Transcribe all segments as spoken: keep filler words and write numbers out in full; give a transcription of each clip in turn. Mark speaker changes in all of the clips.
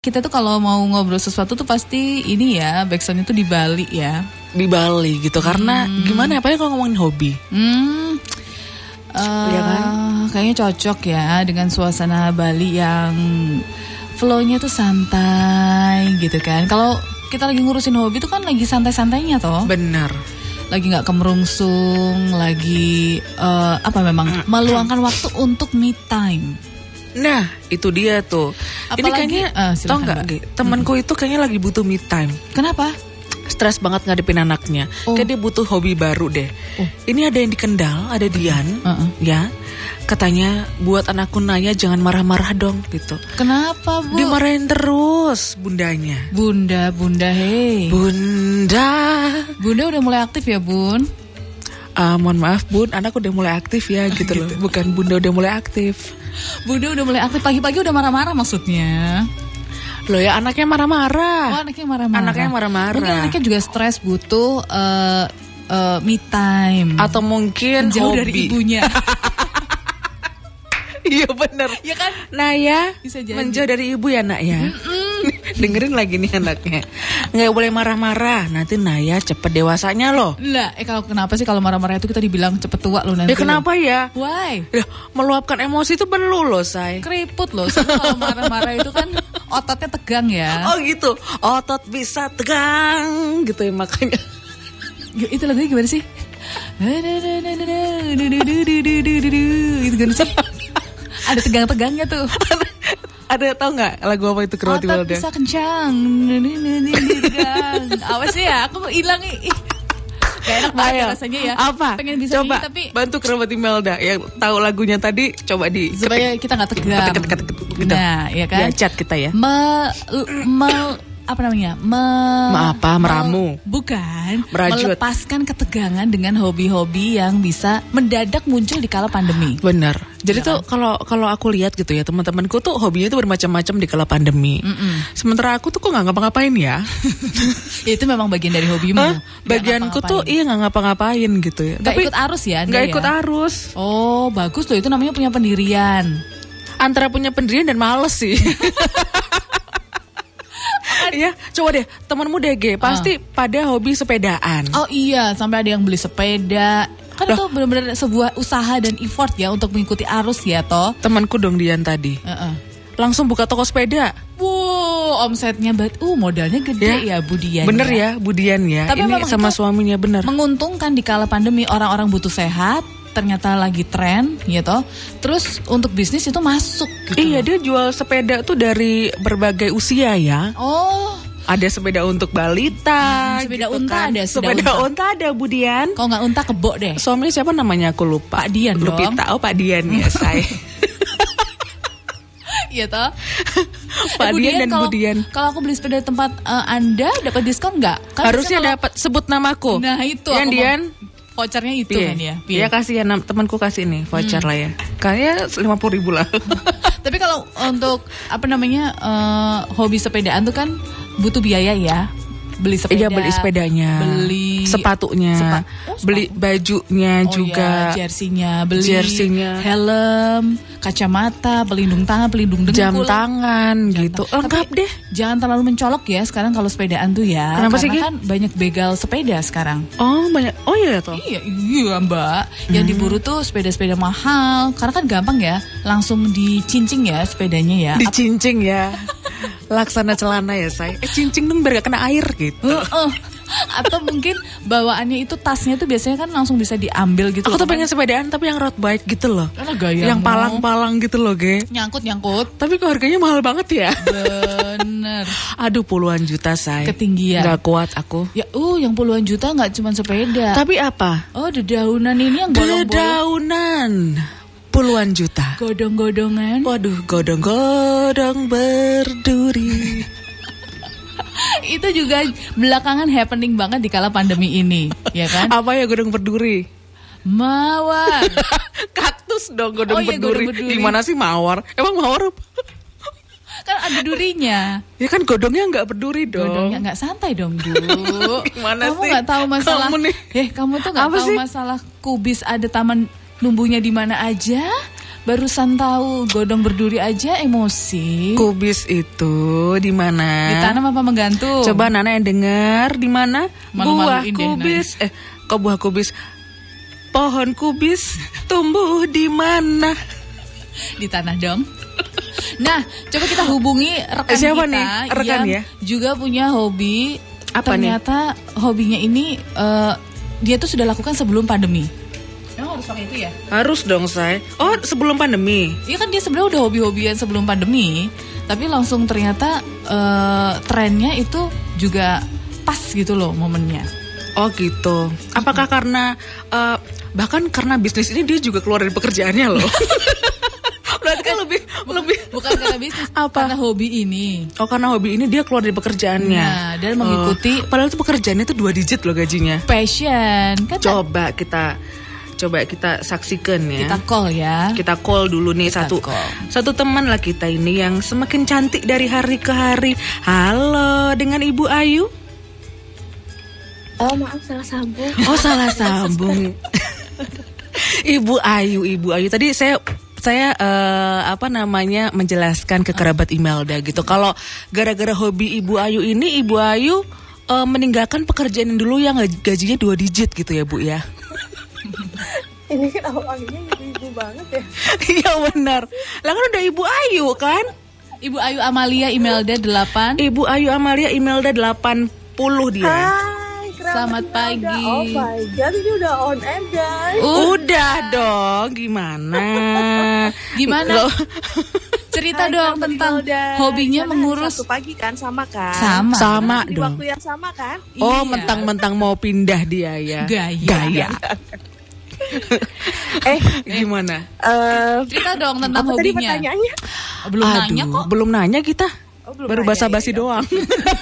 Speaker 1: Kita tuh kalau mau ngobrol sesuatu tuh pasti ini ya, backsound itu di Bali ya.
Speaker 2: Di Bali gitu, karena hmm. gimana ya, apalagi kalau ngomongin hobi.
Speaker 1: Hmm, uh,
Speaker 2: ya kan?
Speaker 1: Kayaknya cocok ya dengan suasana Bali yang flow-nya tuh santai gitu kan. Kalau kita lagi ngurusin hobi tuh kan lagi santai-santainya toh.
Speaker 2: Benar.
Speaker 1: Lagi nggak kemerungsung, lagi uh, apa memang meluangkan waktu untuk me time.
Speaker 2: Nah, itu dia tuh.
Speaker 1: Apalagi,
Speaker 2: ini kayaknya,
Speaker 1: uh,
Speaker 2: tau nggak, temanku hmm. itu kayaknya lagi butuh me time.
Speaker 1: Kenapa?
Speaker 2: Stres banget ngadepin anaknya.
Speaker 1: Oh.
Speaker 2: Kayak dia butuh hobi baru deh. Oh. Ini ada yang di Kendal, ada Dian, uh-uh. ya. Katanya buat anakku Naya jangan marah-marah dong gitu.
Speaker 1: Kenapa, Bu?
Speaker 2: Dimarahin terus bundanya.
Speaker 1: Bunda, bunda, hei.
Speaker 2: Bunda.
Speaker 1: Bunda udah mulai aktif ya, Bun?
Speaker 2: Uh, mohon maaf, Bun, anak udah mulai aktif ya gitu, gitu loh. Bukan bunda udah mulai aktif.
Speaker 1: Bunda udah mulai aktif, pagi-pagi udah marah-marah maksudnya.
Speaker 2: Loh ya, anaknya marah-marah.
Speaker 1: Oh, anaknya marah-marah.
Speaker 2: Anaknya marah-marah.
Speaker 1: Mungkin anaknya juga stres, butuh uh, uh, me time.
Speaker 2: Atau mungkin
Speaker 1: jauh
Speaker 2: hobi
Speaker 1: dari ibunya.
Speaker 2: Iya bener.
Speaker 1: Ya kan?
Speaker 2: Naya
Speaker 1: bisa jadi
Speaker 2: menjauh dari ibu ya, Nak ya. Dengerin lagi nih anaknya. Nggak boleh marah-marah. Nanti Naya cepet dewasanya loh.
Speaker 1: Lah, eh kalau kenapa sih kalau marah-marah itu kita dibilang cepet tua loh nanti?
Speaker 2: Ya kenapa
Speaker 1: loh.
Speaker 2: ya?
Speaker 1: Why?
Speaker 2: Ya, meluapkan emosi itu perlu loh, say.
Speaker 1: Keriput loh. Soalnya kalau marah-marah itu kan ototnya tegang ya.
Speaker 2: Oh gitu. Otot bisa tegang gitu ya makanya.
Speaker 1: Itu lagunya gimana sih? Itu gimana sih? Ada tegang-tegangnya tuh.
Speaker 2: Ada, tau nggak lagu apa itu?
Speaker 1: Otot Wilda? Bisa kencang. Apa sih ya? Aku mau hilang nih. Gak enak banget rasanya ya.
Speaker 2: Apa?
Speaker 1: Pengen bisa
Speaker 2: coba
Speaker 1: nyanyi, tapi
Speaker 2: bantu Kerabat Imelda yang tahu lagunya tadi. Coba di
Speaker 1: supaya kita nggak tegang.
Speaker 2: Ketik, ketik, ketik, ketik, gitu.
Speaker 1: Nah, ya kan?
Speaker 2: Ya, chat kita ya.
Speaker 1: Me, me apa namanya? Me,
Speaker 2: me apa? Meramu.
Speaker 1: Me, bukan.
Speaker 2: Merajut.
Speaker 1: Melepaskan ketegangan dengan hobi-hobi yang bisa mendadak muncul di kala pandemi.
Speaker 2: Benar. Jadi
Speaker 1: ya
Speaker 2: tuh kalau kan? kalau aku lihat gitu ya, teman-temanku tuh hobinya tuh bermacam-macam di kala pandemi. Mm-mm. Sementara aku tuh kok nggak ngapa-ngapain ya.
Speaker 1: Itu memang bagian dari hobimu.
Speaker 2: Huh? Bagianku tuh iya nggak ngapa-ngapain gitu ya.
Speaker 1: Gak ikut arus ya?
Speaker 2: Nggak ikut
Speaker 1: ya?
Speaker 2: arus.
Speaker 1: Oh bagus loh, itu namanya punya pendirian.
Speaker 2: Antara punya pendirian dan males sih. Iya, coba deh temanmu D G pasti uh. pada hobi sepedaan.
Speaker 1: Oh iya, sampai ada yang beli sepeda. Kan loh, itu benar-benar sebuah usaha dan effort ya untuk mengikuti arus ya toh.
Speaker 2: Temanku dong Dian tadi. Uh-uh. Langsung buka toko sepeda.
Speaker 1: Wow, omsetnya bat, uh modalnya gede ya, ya Bu Dian.
Speaker 2: Bener
Speaker 1: ya,
Speaker 2: ya Bu Dian ya.
Speaker 1: Tapi
Speaker 2: ini sama suaminya bener.
Speaker 1: Menguntungkan di kala pandemi, orang-orang butuh sehat. Ternyata lagi tren gitu. Terus untuk bisnis itu masuk gitu.
Speaker 2: Iya, dia jual sepeda tuh dari berbagai usia ya.
Speaker 1: Oh,
Speaker 2: ada sepeda untuk balita,
Speaker 1: hmm, sepeda
Speaker 2: gitu
Speaker 1: unta
Speaker 2: kan.
Speaker 1: ada,
Speaker 2: sepeda unta. unta ada Bu Dian.
Speaker 1: Kalau nggak unta kebo deh.
Speaker 2: Suaminya siapa namanya aku lupa.
Speaker 1: Pak Dian dong.
Speaker 2: Lupita, oh Pak Dian ya saya.
Speaker 1: Iya toh.
Speaker 2: Pak eh, Dian dan
Speaker 1: kalo,
Speaker 2: Bu Dian.
Speaker 1: Kalau aku beli sepeda di tempat uh, Anda dapat diskon nggak?
Speaker 2: Kan harusnya kalau... dapat, sebut namaku.
Speaker 1: Nah itu.
Speaker 2: Dian Dian.
Speaker 1: Vouchernya itu
Speaker 2: Pie.
Speaker 1: kan ya.
Speaker 2: Iya kasih ya, temanku kasih nih voucher hmm. lah ya. Kayaknya lima puluh ribu lah.
Speaker 1: Tapi kalau untuk apa namanya uh, hobi sepedaan tuh kan butuh biaya ya. Beli sepeda,
Speaker 2: iya, beli sepedanya,
Speaker 1: beli
Speaker 2: sepatunya,
Speaker 1: sepa- oh, sepatu.
Speaker 2: Beli bajunya
Speaker 1: oh,
Speaker 2: juga,
Speaker 1: ya, jersinya, beli
Speaker 2: jersinya,
Speaker 1: helm, kacamata, pelindung tangan, pelindung dengkul,
Speaker 2: jam tangan, jam gitu, tangan. Lengkap
Speaker 1: tapi,
Speaker 2: deh.
Speaker 1: Jangan terlalu mencolok ya sekarang kalau sepedaan tuh ya.
Speaker 2: Kenapa
Speaker 1: Karena
Speaker 2: sih,
Speaker 1: kan banyak begal sepeda sekarang.
Speaker 2: Oh banyak, oh iya toh.
Speaker 1: Iya, iya Mbak. Yang hmm. diburu tuh sepeda-sepeda mahal, karena kan gampang ya, langsung dicincing ya sepedanya ya.
Speaker 2: Dicincing ya. Laksana celana ya say. Eh cincing dong biar gak kena air gitu.
Speaker 1: Uh, uh. Atau mungkin bawaannya itu tasnya tuh biasanya kan langsung bisa diambil gitu.
Speaker 2: Aku
Speaker 1: loh,
Speaker 2: tuh pengen sepedaan tapi yang road bike gitu loh.
Speaker 1: Gaya
Speaker 2: yang palang-palang gitu loh ge.
Speaker 1: Nyangkut-nyangkut.
Speaker 2: Tapi kok harganya mahal banget ya.
Speaker 1: Bener.
Speaker 2: Aduh puluhan juta say.
Speaker 1: Ketinggian.
Speaker 2: Gak kuat aku.
Speaker 1: Ya uh yang puluhan juta gak cuma sepeda.
Speaker 2: Tapi apa?
Speaker 1: Oh dedaunan ini yang bolong-bolong.
Speaker 2: Dedaunan puluhan juta.
Speaker 1: Godong-godongan.
Speaker 2: Waduh, godong-godong berduri.
Speaker 1: Itu juga belakangan happening banget di kala pandemi ini, ya kan?
Speaker 2: Apa ya godong berduri?
Speaker 1: Mawar.
Speaker 2: Kaktus dong godong,
Speaker 1: oh,
Speaker 2: berduri.
Speaker 1: Iya, berduri.
Speaker 2: Gimana sih mawar? Emang mawar apa?
Speaker 1: Kan ada durinya.
Speaker 2: Ya kan godongnya nggak berduri dong.
Speaker 1: Godongnya nggak santai dong, Bu.
Speaker 2: Gimana
Speaker 1: kamu
Speaker 2: sih?
Speaker 1: Kamu nggak tahu masalah.
Speaker 2: Kamu nih.
Speaker 1: Eh, kamu tuh nggak tahu
Speaker 2: sih?
Speaker 1: masalah kubis ada taman numbuhnya di mana aja? barusan tahu godong berduri aja emosi.
Speaker 2: Kubis itu di mana?
Speaker 1: Ditanam apa menggantung?
Speaker 2: Coba Nana yang dengar di mana? Buah
Speaker 1: Malu-maluin deh,
Speaker 2: kubis. Eh, kok buah kubis? Pohon kubis tumbuh di mana?
Speaker 1: Di tanah dong. Nah, coba kita hubungi rekan
Speaker 2: Siapa
Speaker 1: kita
Speaker 2: nih? Rekan
Speaker 1: yang
Speaker 2: ya?
Speaker 1: juga punya hobi.
Speaker 2: Apa
Speaker 1: Ternyata nih? Hobinya ini uh, dia tuh sudah lakukan sebelum pandemi. Emang harus pakai itu ya?
Speaker 2: Harus dong, say. Oh, sebelum pandemi.
Speaker 1: Iya kan dia sebenarnya udah hobi-hobian sebelum pandemi, tapi langsung ternyata uh, trennya itu juga pas gitu loh momennya.
Speaker 2: Oh gitu. Apakah hmm. karena uh, bahkan karena bisnis ini dia juga keluar dari pekerjaannya loh? Berarti kan lebih
Speaker 1: bukan,
Speaker 2: lebih
Speaker 1: bukan karena bisnis,
Speaker 2: apa?
Speaker 1: Karena hobi ini.
Speaker 2: Oh, karena hobi ini dia keluar dari pekerjaannya.
Speaker 1: Nah, dan mengikuti.
Speaker 2: Oh, padahal itu pekerjaannya itu dua digit loh gajinya.
Speaker 1: Passion. Kan
Speaker 2: coba kita coba kita saksikan ya.
Speaker 1: Kita call ya.
Speaker 2: Kita call dulu nih kita satu call. Satu teman lah kita ini yang semakin cantik dari hari ke hari. Halo, dengan Ibu Ayu.
Speaker 3: Oh maaf salah sambung.
Speaker 2: Oh salah sambung. Ibu Ayu, Ibu Ayu. Tadi saya saya uh, apa namanya menjelaskan ke kerabat Imelda gitu. Kalau gara-gara hobi Ibu Ayu ini, Ibu Ayu uh, meninggalkan pekerjaan dulu yang gajinya dua digit gitu ya Bu ya.
Speaker 3: Ini kan awalnya ibu-ibu banget ya.
Speaker 2: Iya benar. Lah kan udah Ibu Ayu kan?
Speaker 1: Ibu Ayu Amalia Imelda delapan.
Speaker 2: Ibu Ayu Amalia Imelda delapan puluh dia.
Speaker 3: Hai,
Speaker 1: selamat pagi.
Speaker 3: Udah, oh my god, ini udah on air guys.
Speaker 2: Udah, udah dong, gimana?
Speaker 1: Gimana? Loh. Cerita Hai, dong tentang Imelda. Hobinya Gimana mengurus.
Speaker 3: Satu pagi kan, sama kan?
Speaker 1: Sama.
Speaker 2: Sama
Speaker 3: Di
Speaker 2: dong.
Speaker 3: waktu yang sama kan?
Speaker 2: Oh,
Speaker 1: iya.
Speaker 2: mentang-mentang mau pindah dia ya.
Speaker 1: Gaya.
Speaker 2: Gaya.
Speaker 3: eh,
Speaker 2: gimana?
Speaker 3: Uh,
Speaker 1: Cerita dong tentang
Speaker 3: apa
Speaker 1: hobinya.
Speaker 3: Tadi pertanyaannya?
Speaker 1: Belum
Speaker 2: Aduh,
Speaker 1: nanya kok.
Speaker 2: Belum nanya kita.
Speaker 3: Oh, belum
Speaker 2: Baru basa-basi
Speaker 3: ya,
Speaker 2: doang.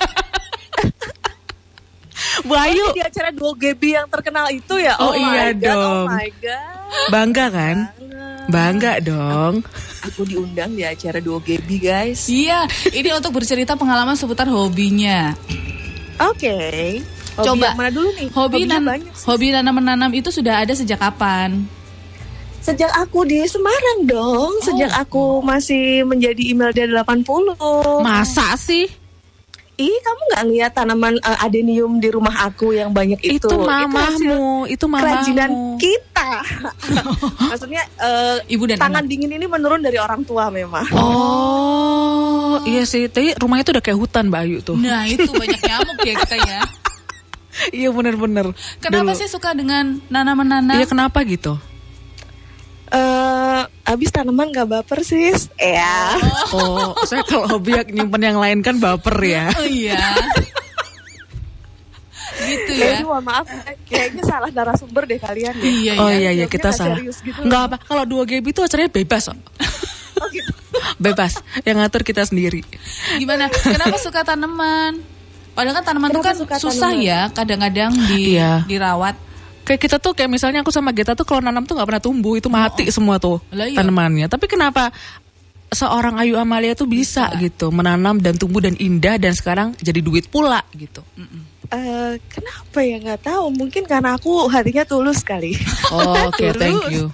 Speaker 2: Bu
Speaker 3: Ayu. Oh, di acara dua G B yang terkenal itu ya?
Speaker 2: Oh,
Speaker 3: oh
Speaker 2: iya
Speaker 3: my God,
Speaker 2: dong.
Speaker 3: Oh my god.
Speaker 2: Bangga kan? Bangga dong.
Speaker 3: Aku, aku diundang di acara dua G B guys.
Speaker 1: Iya, ini untuk bercerita pengalaman seputar hobinya.
Speaker 3: Oke. Okay. Hobi
Speaker 1: Coba.
Speaker 3: Yang mana dulu nih?
Speaker 1: Hobi nan hobi nanam-menanam itu sudah ada sejak kapan?
Speaker 3: Sejak aku di Semarang dong. Sejak oh. aku masih menjadi Imelda delapan puluh.
Speaker 2: Masa sih?
Speaker 3: Ih, kamu nggak lihat tanaman uh, adenium di rumah aku yang banyak itu?
Speaker 2: Itu mamahmu, itu, itu mamahmu.
Speaker 3: Kerajinan kita. Maksudnya uh,
Speaker 1: Ibu dan
Speaker 3: tangan
Speaker 1: anak.
Speaker 3: dingin ini menurun dari orang tua memang.
Speaker 2: Oh, iya sih. Tapi rumahnya itu udah kayak hutan Mbak Ayu tuh.
Speaker 1: Nah, itu banyak nyamuk ya kita ya.
Speaker 2: Iya benar-benar.
Speaker 1: Kenapa Dulu. sih suka dengan nanam-menanam?
Speaker 2: Iya kenapa gitu?
Speaker 3: Uh, abis tanaman gak baper sis. Ya.
Speaker 2: Oh, oh saya kalau hobi nyimpen yang lain kan baper ya.
Speaker 1: Oh iya. Gitu ya.
Speaker 3: Jadi mohon maaf, kayaknya salah narasumber deh kalian ya.
Speaker 1: Iya,
Speaker 2: oh
Speaker 1: iya,
Speaker 2: iya iya kita salah.
Speaker 3: Gitu.
Speaker 2: Enggak apa. Kalau dua G B itu acaranya bebas.
Speaker 3: Oh gitu.
Speaker 2: Bebas. Yang ngatur kita sendiri.
Speaker 1: Gimana? Kenapa suka tanaman? Padahal kan tanaman itu kan susah tanaman? Ya, kadang-kadang di
Speaker 2: iya.
Speaker 1: dirawat.
Speaker 2: Kayak kita tuh kayak misalnya aku sama Geta tuh kalau nanam tuh nggak pernah tumbuh, itu mati oh, oh. semua tuh iya. tanamannya. Tapi kenapa seorang Ayu Amalia tuh bisa, bisa gitu menanam dan tumbuh dan indah dan sekarang jadi duit pula gitu?
Speaker 3: Uh, kenapa ya nggak tahu? Mungkin karena aku hatinya tulus kali.
Speaker 2: Oh, oke, okay, thank you.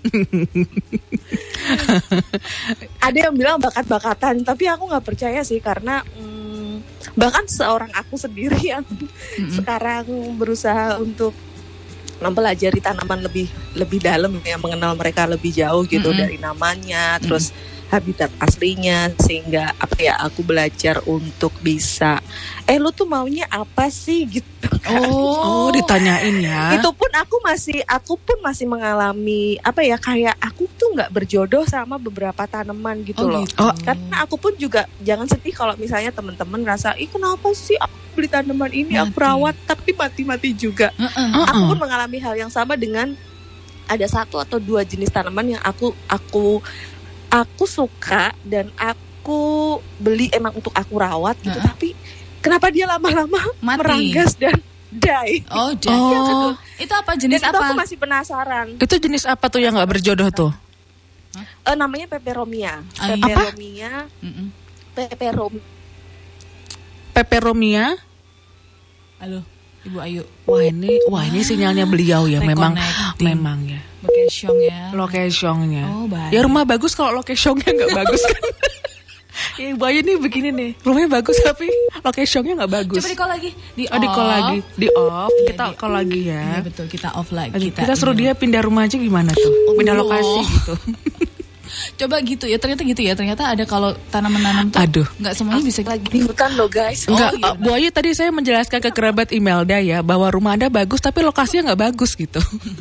Speaker 3: Ada yang bilang bakat-bakatan, tapi aku nggak percaya sih karena hmm, bahkan seorang aku sendiri yang mm-hmm. sekarang berusaha untuk mempelajari tanaman lebih lebih dalam ya, mengenal mereka lebih jauh gitu mm-hmm. dari namanya, mm-hmm. terus habitat aslinya, sehingga apa ya aku belajar untuk bisa eh lu tuh maunya apa sih gitu kan.
Speaker 2: Oh, oh ditanyain ya.
Speaker 3: Itu pun aku masih aku pun masih mengalami apa ya kayak aku tuh nggak berjodoh sama beberapa tanaman gitu oh, loh. Gitu. Oh. Karena aku pun juga jangan sedih kalau misalnya teman-teman ngerasa ih kenapa sih aku beli tanaman ini mati. Aku rawat tapi mati-mati juga. Uh-uh. Uh-uh. Aku pun mengalami hal yang sama dengan ada satu atau dua jenis tanaman yang aku aku aku suka dan aku beli emang untuk aku rawat gitu, uh-huh. tapi kenapa dia lama-lama
Speaker 1: mati.
Speaker 3: Meranggas dan die?
Speaker 1: Oh, die. Oh. Ya, itu apa jenis
Speaker 3: dan
Speaker 1: apa?
Speaker 3: Itu aku masih penasaran.
Speaker 2: Itu jenis apa tuh yang nggak berjodoh tuh?
Speaker 3: Huh? Uh, namanya peperomia.
Speaker 1: Ay,
Speaker 3: peperomia. Peperomia.
Speaker 2: Peperomia.
Speaker 1: Halo. Ibu Ayu.
Speaker 2: Wah ini, wah ini sinyalnya beliau ya, memang, memang ya.
Speaker 1: Location ya.
Speaker 2: Locationnya.
Speaker 1: Oh, baik.
Speaker 2: Ya rumah bagus kalau locationnya nggak bagus kan. Ya Ibu Ayu nih begini nih, rumahnya bagus tapi locationnya nggak bagus.
Speaker 1: Coba di call lagi, di
Speaker 2: oh, di call lagi, di off.
Speaker 1: Iya,
Speaker 2: kita
Speaker 1: di,
Speaker 2: call lagi ya.
Speaker 1: Iya betul, kita off lagi.
Speaker 2: Kita, kita suruh dia pindah rumah aja gimana tuh?
Speaker 1: Oh,
Speaker 2: pindah lokasi gitu.
Speaker 1: Coba gitu ya, ternyata gitu ya. Ternyata ada kalau tanaman-tanam tuh
Speaker 2: Aduh.
Speaker 1: Nggak semuanya bisa
Speaker 3: lagi di hutan loh guys.
Speaker 2: Enggak,
Speaker 1: oh, iya,
Speaker 2: Bu Ayu tadi saya menjelaskan ke kerabat Imelda ya bahwa rumah Anda bagus tapi lokasinya nggak bagus gitu.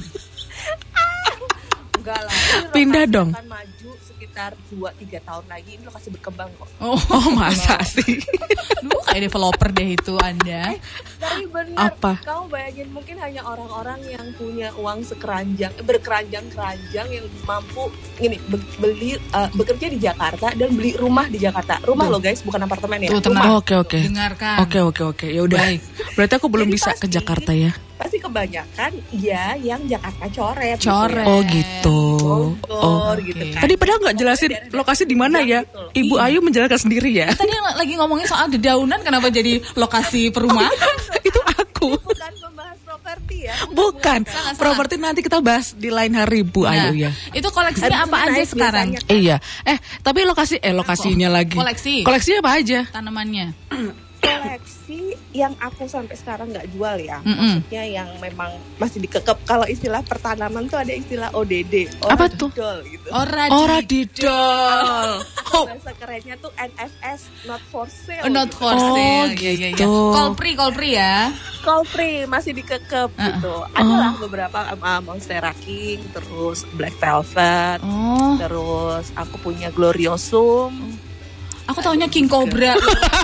Speaker 3: Enggak lah.
Speaker 2: Pindah dong.
Speaker 3: Akan maju sekitar dua tiga tahun lagi, ini lokasi berkembang kok.
Speaker 2: Oh, oh masa sih?
Speaker 1: Duh, kayak developer deh itu Anda.
Speaker 3: Eh, tapi benar.
Speaker 2: Apa?
Speaker 3: Kamu bayangin mungkin hanya orang-orang yang punya uang sekeranjang, berkeranjang-keranjang yang mampu ini be- beli uh, bekerja di Jakarta dan beli rumah di Jakarta. Rumah loh guys, bukan apartemen ya.
Speaker 1: Tuh,
Speaker 3: Rumah.
Speaker 2: Oh, oke oke.
Speaker 1: Dengarkan.
Speaker 2: Oke oke oke. Ya udah. Berarti aku belum
Speaker 3: Jadi
Speaker 2: bisa
Speaker 3: pasti,
Speaker 2: ke Jakarta ya.
Speaker 3: Pasti kebanyakan ya yang Jakarta coret.
Speaker 1: Coret.
Speaker 2: Oh gitu.
Speaker 3: Bogor
Speaker 2: Oh.
Speaker 3: gitu
Speaker 1: Oke.
Speaker 3: kan.
Speaker 2: Tadi padahal nggak jelasin lokasi di mana ya.
Speaker 3: Gitu loh.
Speaker 2: Ibu Ayu menjelaskan sendiri ya.
Speaker 1: Tadi yang lagi ngomongin soal dedaunan, kenapa jadi lokasi perumahan?
Speaker 2: Itu aku.
Speaker 3: Bukan membahas properti ya.
Speaker 2: Bukan.
Speaker 1: Sangat-sangat.
Speaker 2: Properti nanti kita bahas di lain hari Bu
Speaker 1: Nah,
Speaker 2: Ayu ya.
Speaker 1: itu koleksinya
Speaker 3: Habis
Speaker 1: apa
Speaker 3: itu
Speaker 1: aja
Speaker 3: naik
Speaker 1: sekarang?
Speaker 3: biasanya kan.
Speaker 2: Iya. Eh, tapi lokasi eh lokasinya lagi.
Speaker 1: Koleksi.
Speaker 2: Koleksinya apa aja?
Speaker 1: Tanamannya.
Speaker 3: Koleksi yang aku sampai sekarang nggak jual ya.
Speaker 1: Mm-mm.
Speaker 3: Maksudnya yang memang masih dikekep. Kalau istilah pertanaman tuh ada istilah O D D.
Speaker 2: Apa tuh?
Speaker 3: Oradidol gitu.
Speaker 1: Ora
Speaker 2: Oh, radidol. Oh,
Speaker 3: Bahasa kerennya tuh N F S, not for sale.
Speaker 1: Oh, not
Speaker 3: gitu.
Speaker 1: for
Speaker 2: Oh,
Speaker 1: sale. Iya, iya, iya.
Speaker 2: gitu.
Speaker 1: Call free, call free ya.
Speaker 3: Call free masih dikekep
Speaker 1: Uh-uh.
Speaker 3: gitu. Adalah beberapa uh, Monstera King, terus Black Velvet,
Speaker 1: Oh,
Speaker 3: terus aku punya Gloriosum.
Speaker 1: aku taunya King Cobra.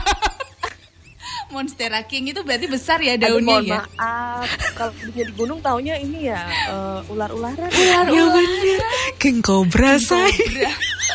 Speaker 1: Monstera King itu berarti besar ya
Speaker 3: Aduh,
Speaker 1: daunnya
Speaker 3: mohon
Speaker 1: ya.
Speaker 3: maaf. Kalau punya di gunung taunya ini ya uh, ular-ularan.
Speaker 2: ya bener. King Cobra say.
Speaker 1: Cobra.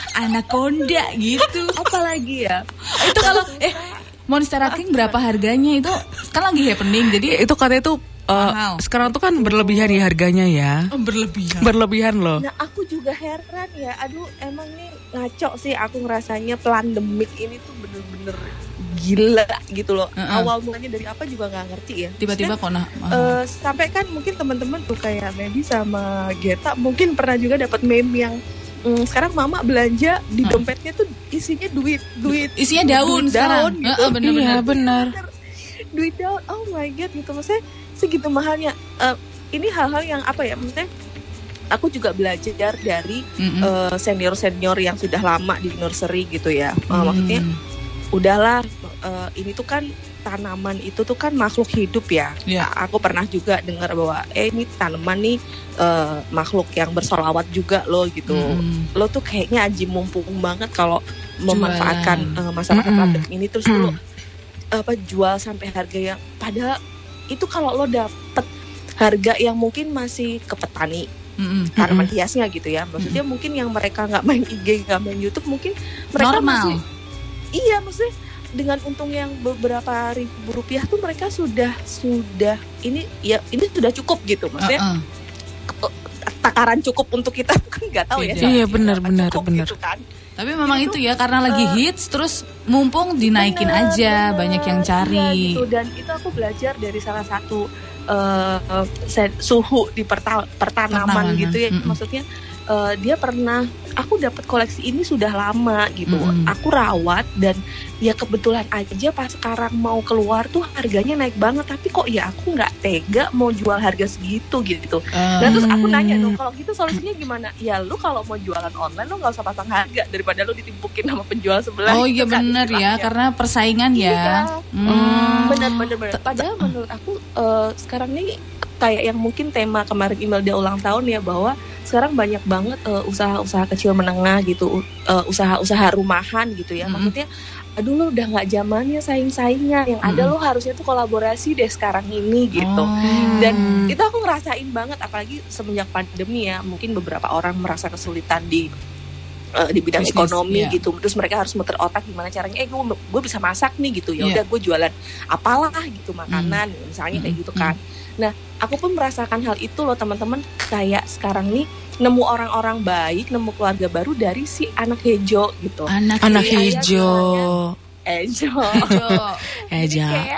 Speaker 1: Anaconda gitu.
Speaker 3: Apalagi ya?
Speaker 1: Itu kalau eh Monstera King berapa harganya itu? Kan lagi happening jadi
Speaker 2: Itu katanya tuh uh,
Speaker 1: Mahal.
Speaker 2: sekarang tuh kan berlebihan ya harganya ya.
Speaker 1: oh, berlebihan.
Speaker 2: Berlebihan loh.
Speaker 3: Nah aku juga heran ya. Aduh emang nih ngaco sih aku ngerasanya pandemik ini tuh bener-bener gila gitu loh.
Speaker 1: Uh-uh.
Speaker 3: Awal mulanya dari apa juga nggak ngerti ya.
Speaker 1: Tiba-tiba kok nah.
Speaker 3: Eh, sampai kan mungkin teman-teman tuh kayak Medi sama Geta mungkin pernah juga dapat meme yang mm, sekarang mama belanja di
Speaker 1: Hmm.
Speaker 3: dompetnya tuh isinya duit duit
Speaker 1: Isinya daun
Speaker 3: duit
Speaker 1: sekarang.
Speaker 3: daun gitu.
Speaker 1: Heeh, bener-bener.
Speaker 2: Iya benar.
Speaker 3: Duit daun, oh my god gitu maksudnya segitu mahalnya. Eh, ini hal-hal yang apa ya maksudnya aku juga belajar dari
Speaker 1: Mm-mm.
Speaker 3: eh, senior-senior yang sudah lama di nursery gitu ya. Eh,
Speaker 1: Hmm.
Speaker 3: Maksudnya udahlah eh, ini tuh kan tanaman itu tuh kan makhluk hidup ya.
Speaker 1: Iya.
Speaker 3: A- Aku pernah juga dengar bahwa eh ini tanaman nih eh, makhluk yang bersolawat juga loh gitu.
Speaker 1: Mm-mm.
Speaker 3: Lo tuh kayaknya aji mumpung banget kalau memanfaatkan eh, masyarakat
Speaker 2: Mm-mm.
Speaker 3: pandemi ini terus lo apa jual sampai harga yang padahal itu kalau lo dapet harga yang mungkin masih ke petani
Speaker 1: Mm-mm.
Speaker 3: tanaman hiasnya gitu ya. Maksudnya mungkin yang mereka nggak main I G, nggak main YouTube mungkin mereka
Speaker 1: Normal.
Speaker 3: masih iya maksudnya dengan untung yang beberapa ribu rupiah tuh mereka sudah sudah ini ya ini sudah cukup gitu maksudnya
Speaker 1: Uh-uh.
Speaker 3: ke- takaran cukup untuk kita kan nggak tahu ya
Speaker 1: Beda.
Speaker 3: siapa
Speaker 2: Iya,
Speaker 3: sih
Speaker 2: benar,
Speaker 3: berapa
Speaker 2: benar,
Speaker 3: cukup
Speaker 2: benar.
Speaker 3: gitu kan.
Speaker 1: Tapi memang
Speaker 3: Itu,
Speaker 1: itu ya karena lagi
Speaker 3: uh,
Speaker 1: hits terus mumpung dinaikin
Speaker 3: Bener,
Speaker 1: aja,
Speaker 3: bener.
Speaker 1: banyak yang cari.
Speaker 3: Iya, gitu. Dan itu aku belajar dari salah satu uh, uh, sen- suhu di perta- pertanaman
Speaker 1: Pertanaman,
Speaker 3: gitu ya.
Speaker 1: mm-mm.
Speaker 3: Maksudnya uh, dia pernah aku dapat koleksi ini sudah lama gitu.
Speaker 1: Mm-mm.
Speaker 3: Aku rawat dan ya kebetulan aja pas sekarang mau keluar tuh harganya naik banget. Tapi kok ya aku nggak tega mau jual harga segitu gitu.
Speaker 1: Uh,
Speaker 3: Dan terus aku nanya
Speaker 2: Hmm.
Speaker 3: dong, kalau gitu solusinya gimana? Ya lu kalau mau jualan online lu nggak usah pasang harga daripada lu ditimpukin sama penjual sebelah.
Speaker 1: oh
Speaker 3: gitu
Speaker 1: iya
Speaker 3: kan
Speaker 1: bener ya,
Speaker 3: istilahnya.
Speaker 1: karena persaingan ya.
Speaker 3: Iya.
Speaker 1: Hmm.
Speaker 3: Bener-bener bener. Padahal menurut aku eh, sekarang nih kayak yang mungkin tema kemarin Imelda ulang tahun ya bahwa sekarang banyak banget eh, usaha-usaha kecil menengah gitu, uh, usaha-usaha rumahan gitu ya.
Speaker 1: Mm-mm.
Speaker 3: Maksudnya aduh lo udah nggak zamannya saing-saingnya, yang ada
Speaker 1: Mm-mm.
Speaker 3: lo harusnya tuh kolaborasi deh sekarang ini gitu.
Speaker 1: Oh.
Speaker 3: Dan itu aku ngerasain banget apalagi semenjak pandemi ya, mungkin beberapa orang merasa kesulitan di uh, di bidang
Speaker 1: Bisnis,
Speaker 3: ekonomi
Speaker 1: iya.
Speaker 3: gitu, terus mereka harus muter otak gimana caranya, eh gue gue bisa masak nih gitu, ya
Speaker 1: Iya.
Speaker 3: udah gue jualan apalah gitu makanan misalnya kayak
Speaker 1: Mm,
Speaker 3: gitu kan. Nah aku pun merasakan hal itu loh teman-teman, kayak sekarang nih nemu orang-orang baik, nemu keluarga baru dari si anak hijau gitu.
Speaker 1: Anak,
Speaker 2: Anak
Speaker 3: Iya,
Speaker 2: hijau.
Speaker 3: Ejo.
Speaker 1: hijau.
Speaker 2: Eh,
Speaker 3: Jadi
Speaker 2: ja.
Speaker 3: kayak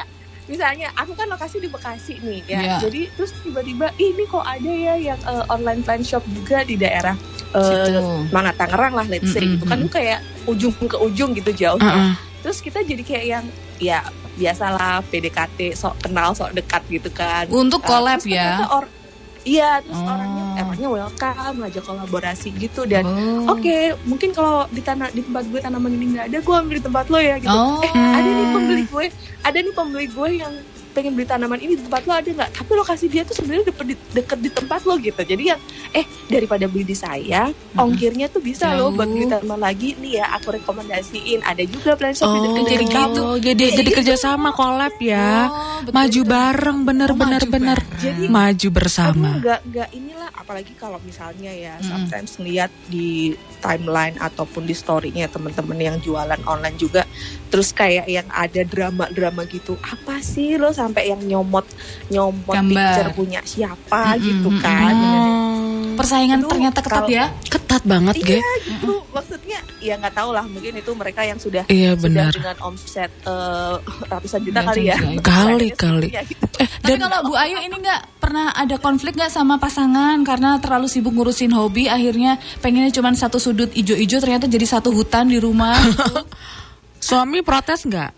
Speaker 3: misalnya aku kan lokasi di Bekasi nih ya,
Speaker 1: yeah.
Speaker 3: jadi terus tiba-tiba ini kok ada ya yang uh, online plant shop juga di daerah uh, mana Tangerang lah, let's say mm-hmm. gitu kan, itu kayak ujung ke ujung gitu jauhnya. Uh-uh. Terus kita jadi kayak yang ya biasalah P D K T, sok kenal sok dekat gitu kan.
Speaker 1: Untuk collab uh, ya.
Speaker 3: Or- Iya, terus oh. orangnya emangnya welcome, ngajak kolaborasi gitu. Dan
Speaker 1: oh.
Speaker 3: oke, okay, mungkin kalau di tanah di tempat gue tanaman ini nggak ada, gue ambil di tempat lo ya gitu.
Speaker 1: Oh.
Speaker 3: Eh, ada nih pembeli gue, ada nih pembeli gue yang pengen beli tanaman ini di tempat lo, ada nggak? Tapi lokasi dia tuh sebenarnya deket di, deket di tempat lo gitu. Jadi yang eh daripada beli di saya, hmm. ongkirnya tuh bisa
Speaker 1: Jauh.
Speaker 3: lo buat beli tanaman lagi nih ya. Aku rekomendasiin. Ada juga plant shop
Speaker 2: oh,
Speaker 3: di deket
Speaker 2: jadi gitu. Jadi jadi kerjasama collab ya. Oh, maju bareng, bener-bener oh, bener. Jadi maju bersama.
Speaker 3: Nggak nggak inilah. Apalagi kalau misalnya ya mm. sometimes ngeliat di timeline ataupun di story-nya teman-teman yang jualan online juga, terus kayak yang ada drama-drama gitu, apa sih lo sampai yang nyomot nyomot
Speaker 1: gambar
Speaker 3: picture punya siapa mm-hmm. gitu kan.
Speaker 1: Mm. Persaingan itu ternyata ketat
Speaker 3: kalau,
Speaker 1: ya,
Speaker 2: ketat banget
Speaker 3: iya,
Speaker 2: Ge.
Speaker 3: gitu. Maksudnya ya nggak tahu lah, mungkin itu mereka yang sudah
Speaker 2: iya,
Speaker 3: sudah dengan omset uh, ratusan juta
Speaker 1: ya,
Speaker 3: kali ya.
Speaker 2: Kali kali.
Speaker 3: Gitu.
Speaker 2: Eh,
Speaker 1: tapi kalau Bu Ayu ini nggak pernah ada konflik nggak sama pasangan karena terlalu sibuk ngurusin hobi, akhirnya pengennya cuma satu sudut ijo-ijo ternyata jadi satu hutan di rumah gitu.
Speaker 2: Suami protes nggak?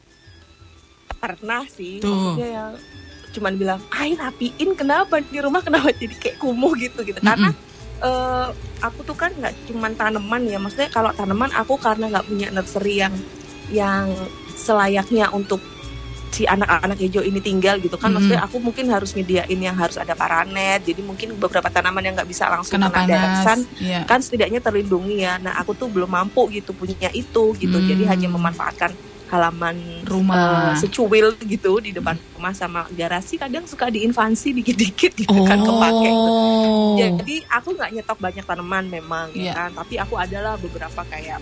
Speaker 3: Pernah sih.
Speaker 2: Tuh.
Speaker 3: Maksudnya yang cuman bilang, "Ay, rapiin kenapa di rumah kenapa jadi kayak kumuh gitu gitu." Mm-mm. Karena uh, aku tuh kan nggak cuman tanaman ya, maksudnya kalau tanaman aku karena nggak punya nursery yang yang selayaknya untuk si anak-anak hijau ini tinggal gitu kan, mm-hmm. maksudnya aku mungkin harus nyediain yang harus ada paranet, jadi mungkin beberapa tanaman yang nggak bisa langsung kena, kena darasan yeah. kan setidaknya terlindungi ya. Nah aku tuh belum mampu gitu punya itu gitu, mm. jadi hanya memanfaatkan halaman
Speaker 1: rumah
Speaker 3: uh, secuil gitu di depan mm. rumah sama garasi, kadang suka diinvasi dikit-dikit gitu oh. kan kepake gitu. Jadi aku nggak nyetok banyak tanaman memang yeah. ya kan, tapi aku adalah beberapa kayak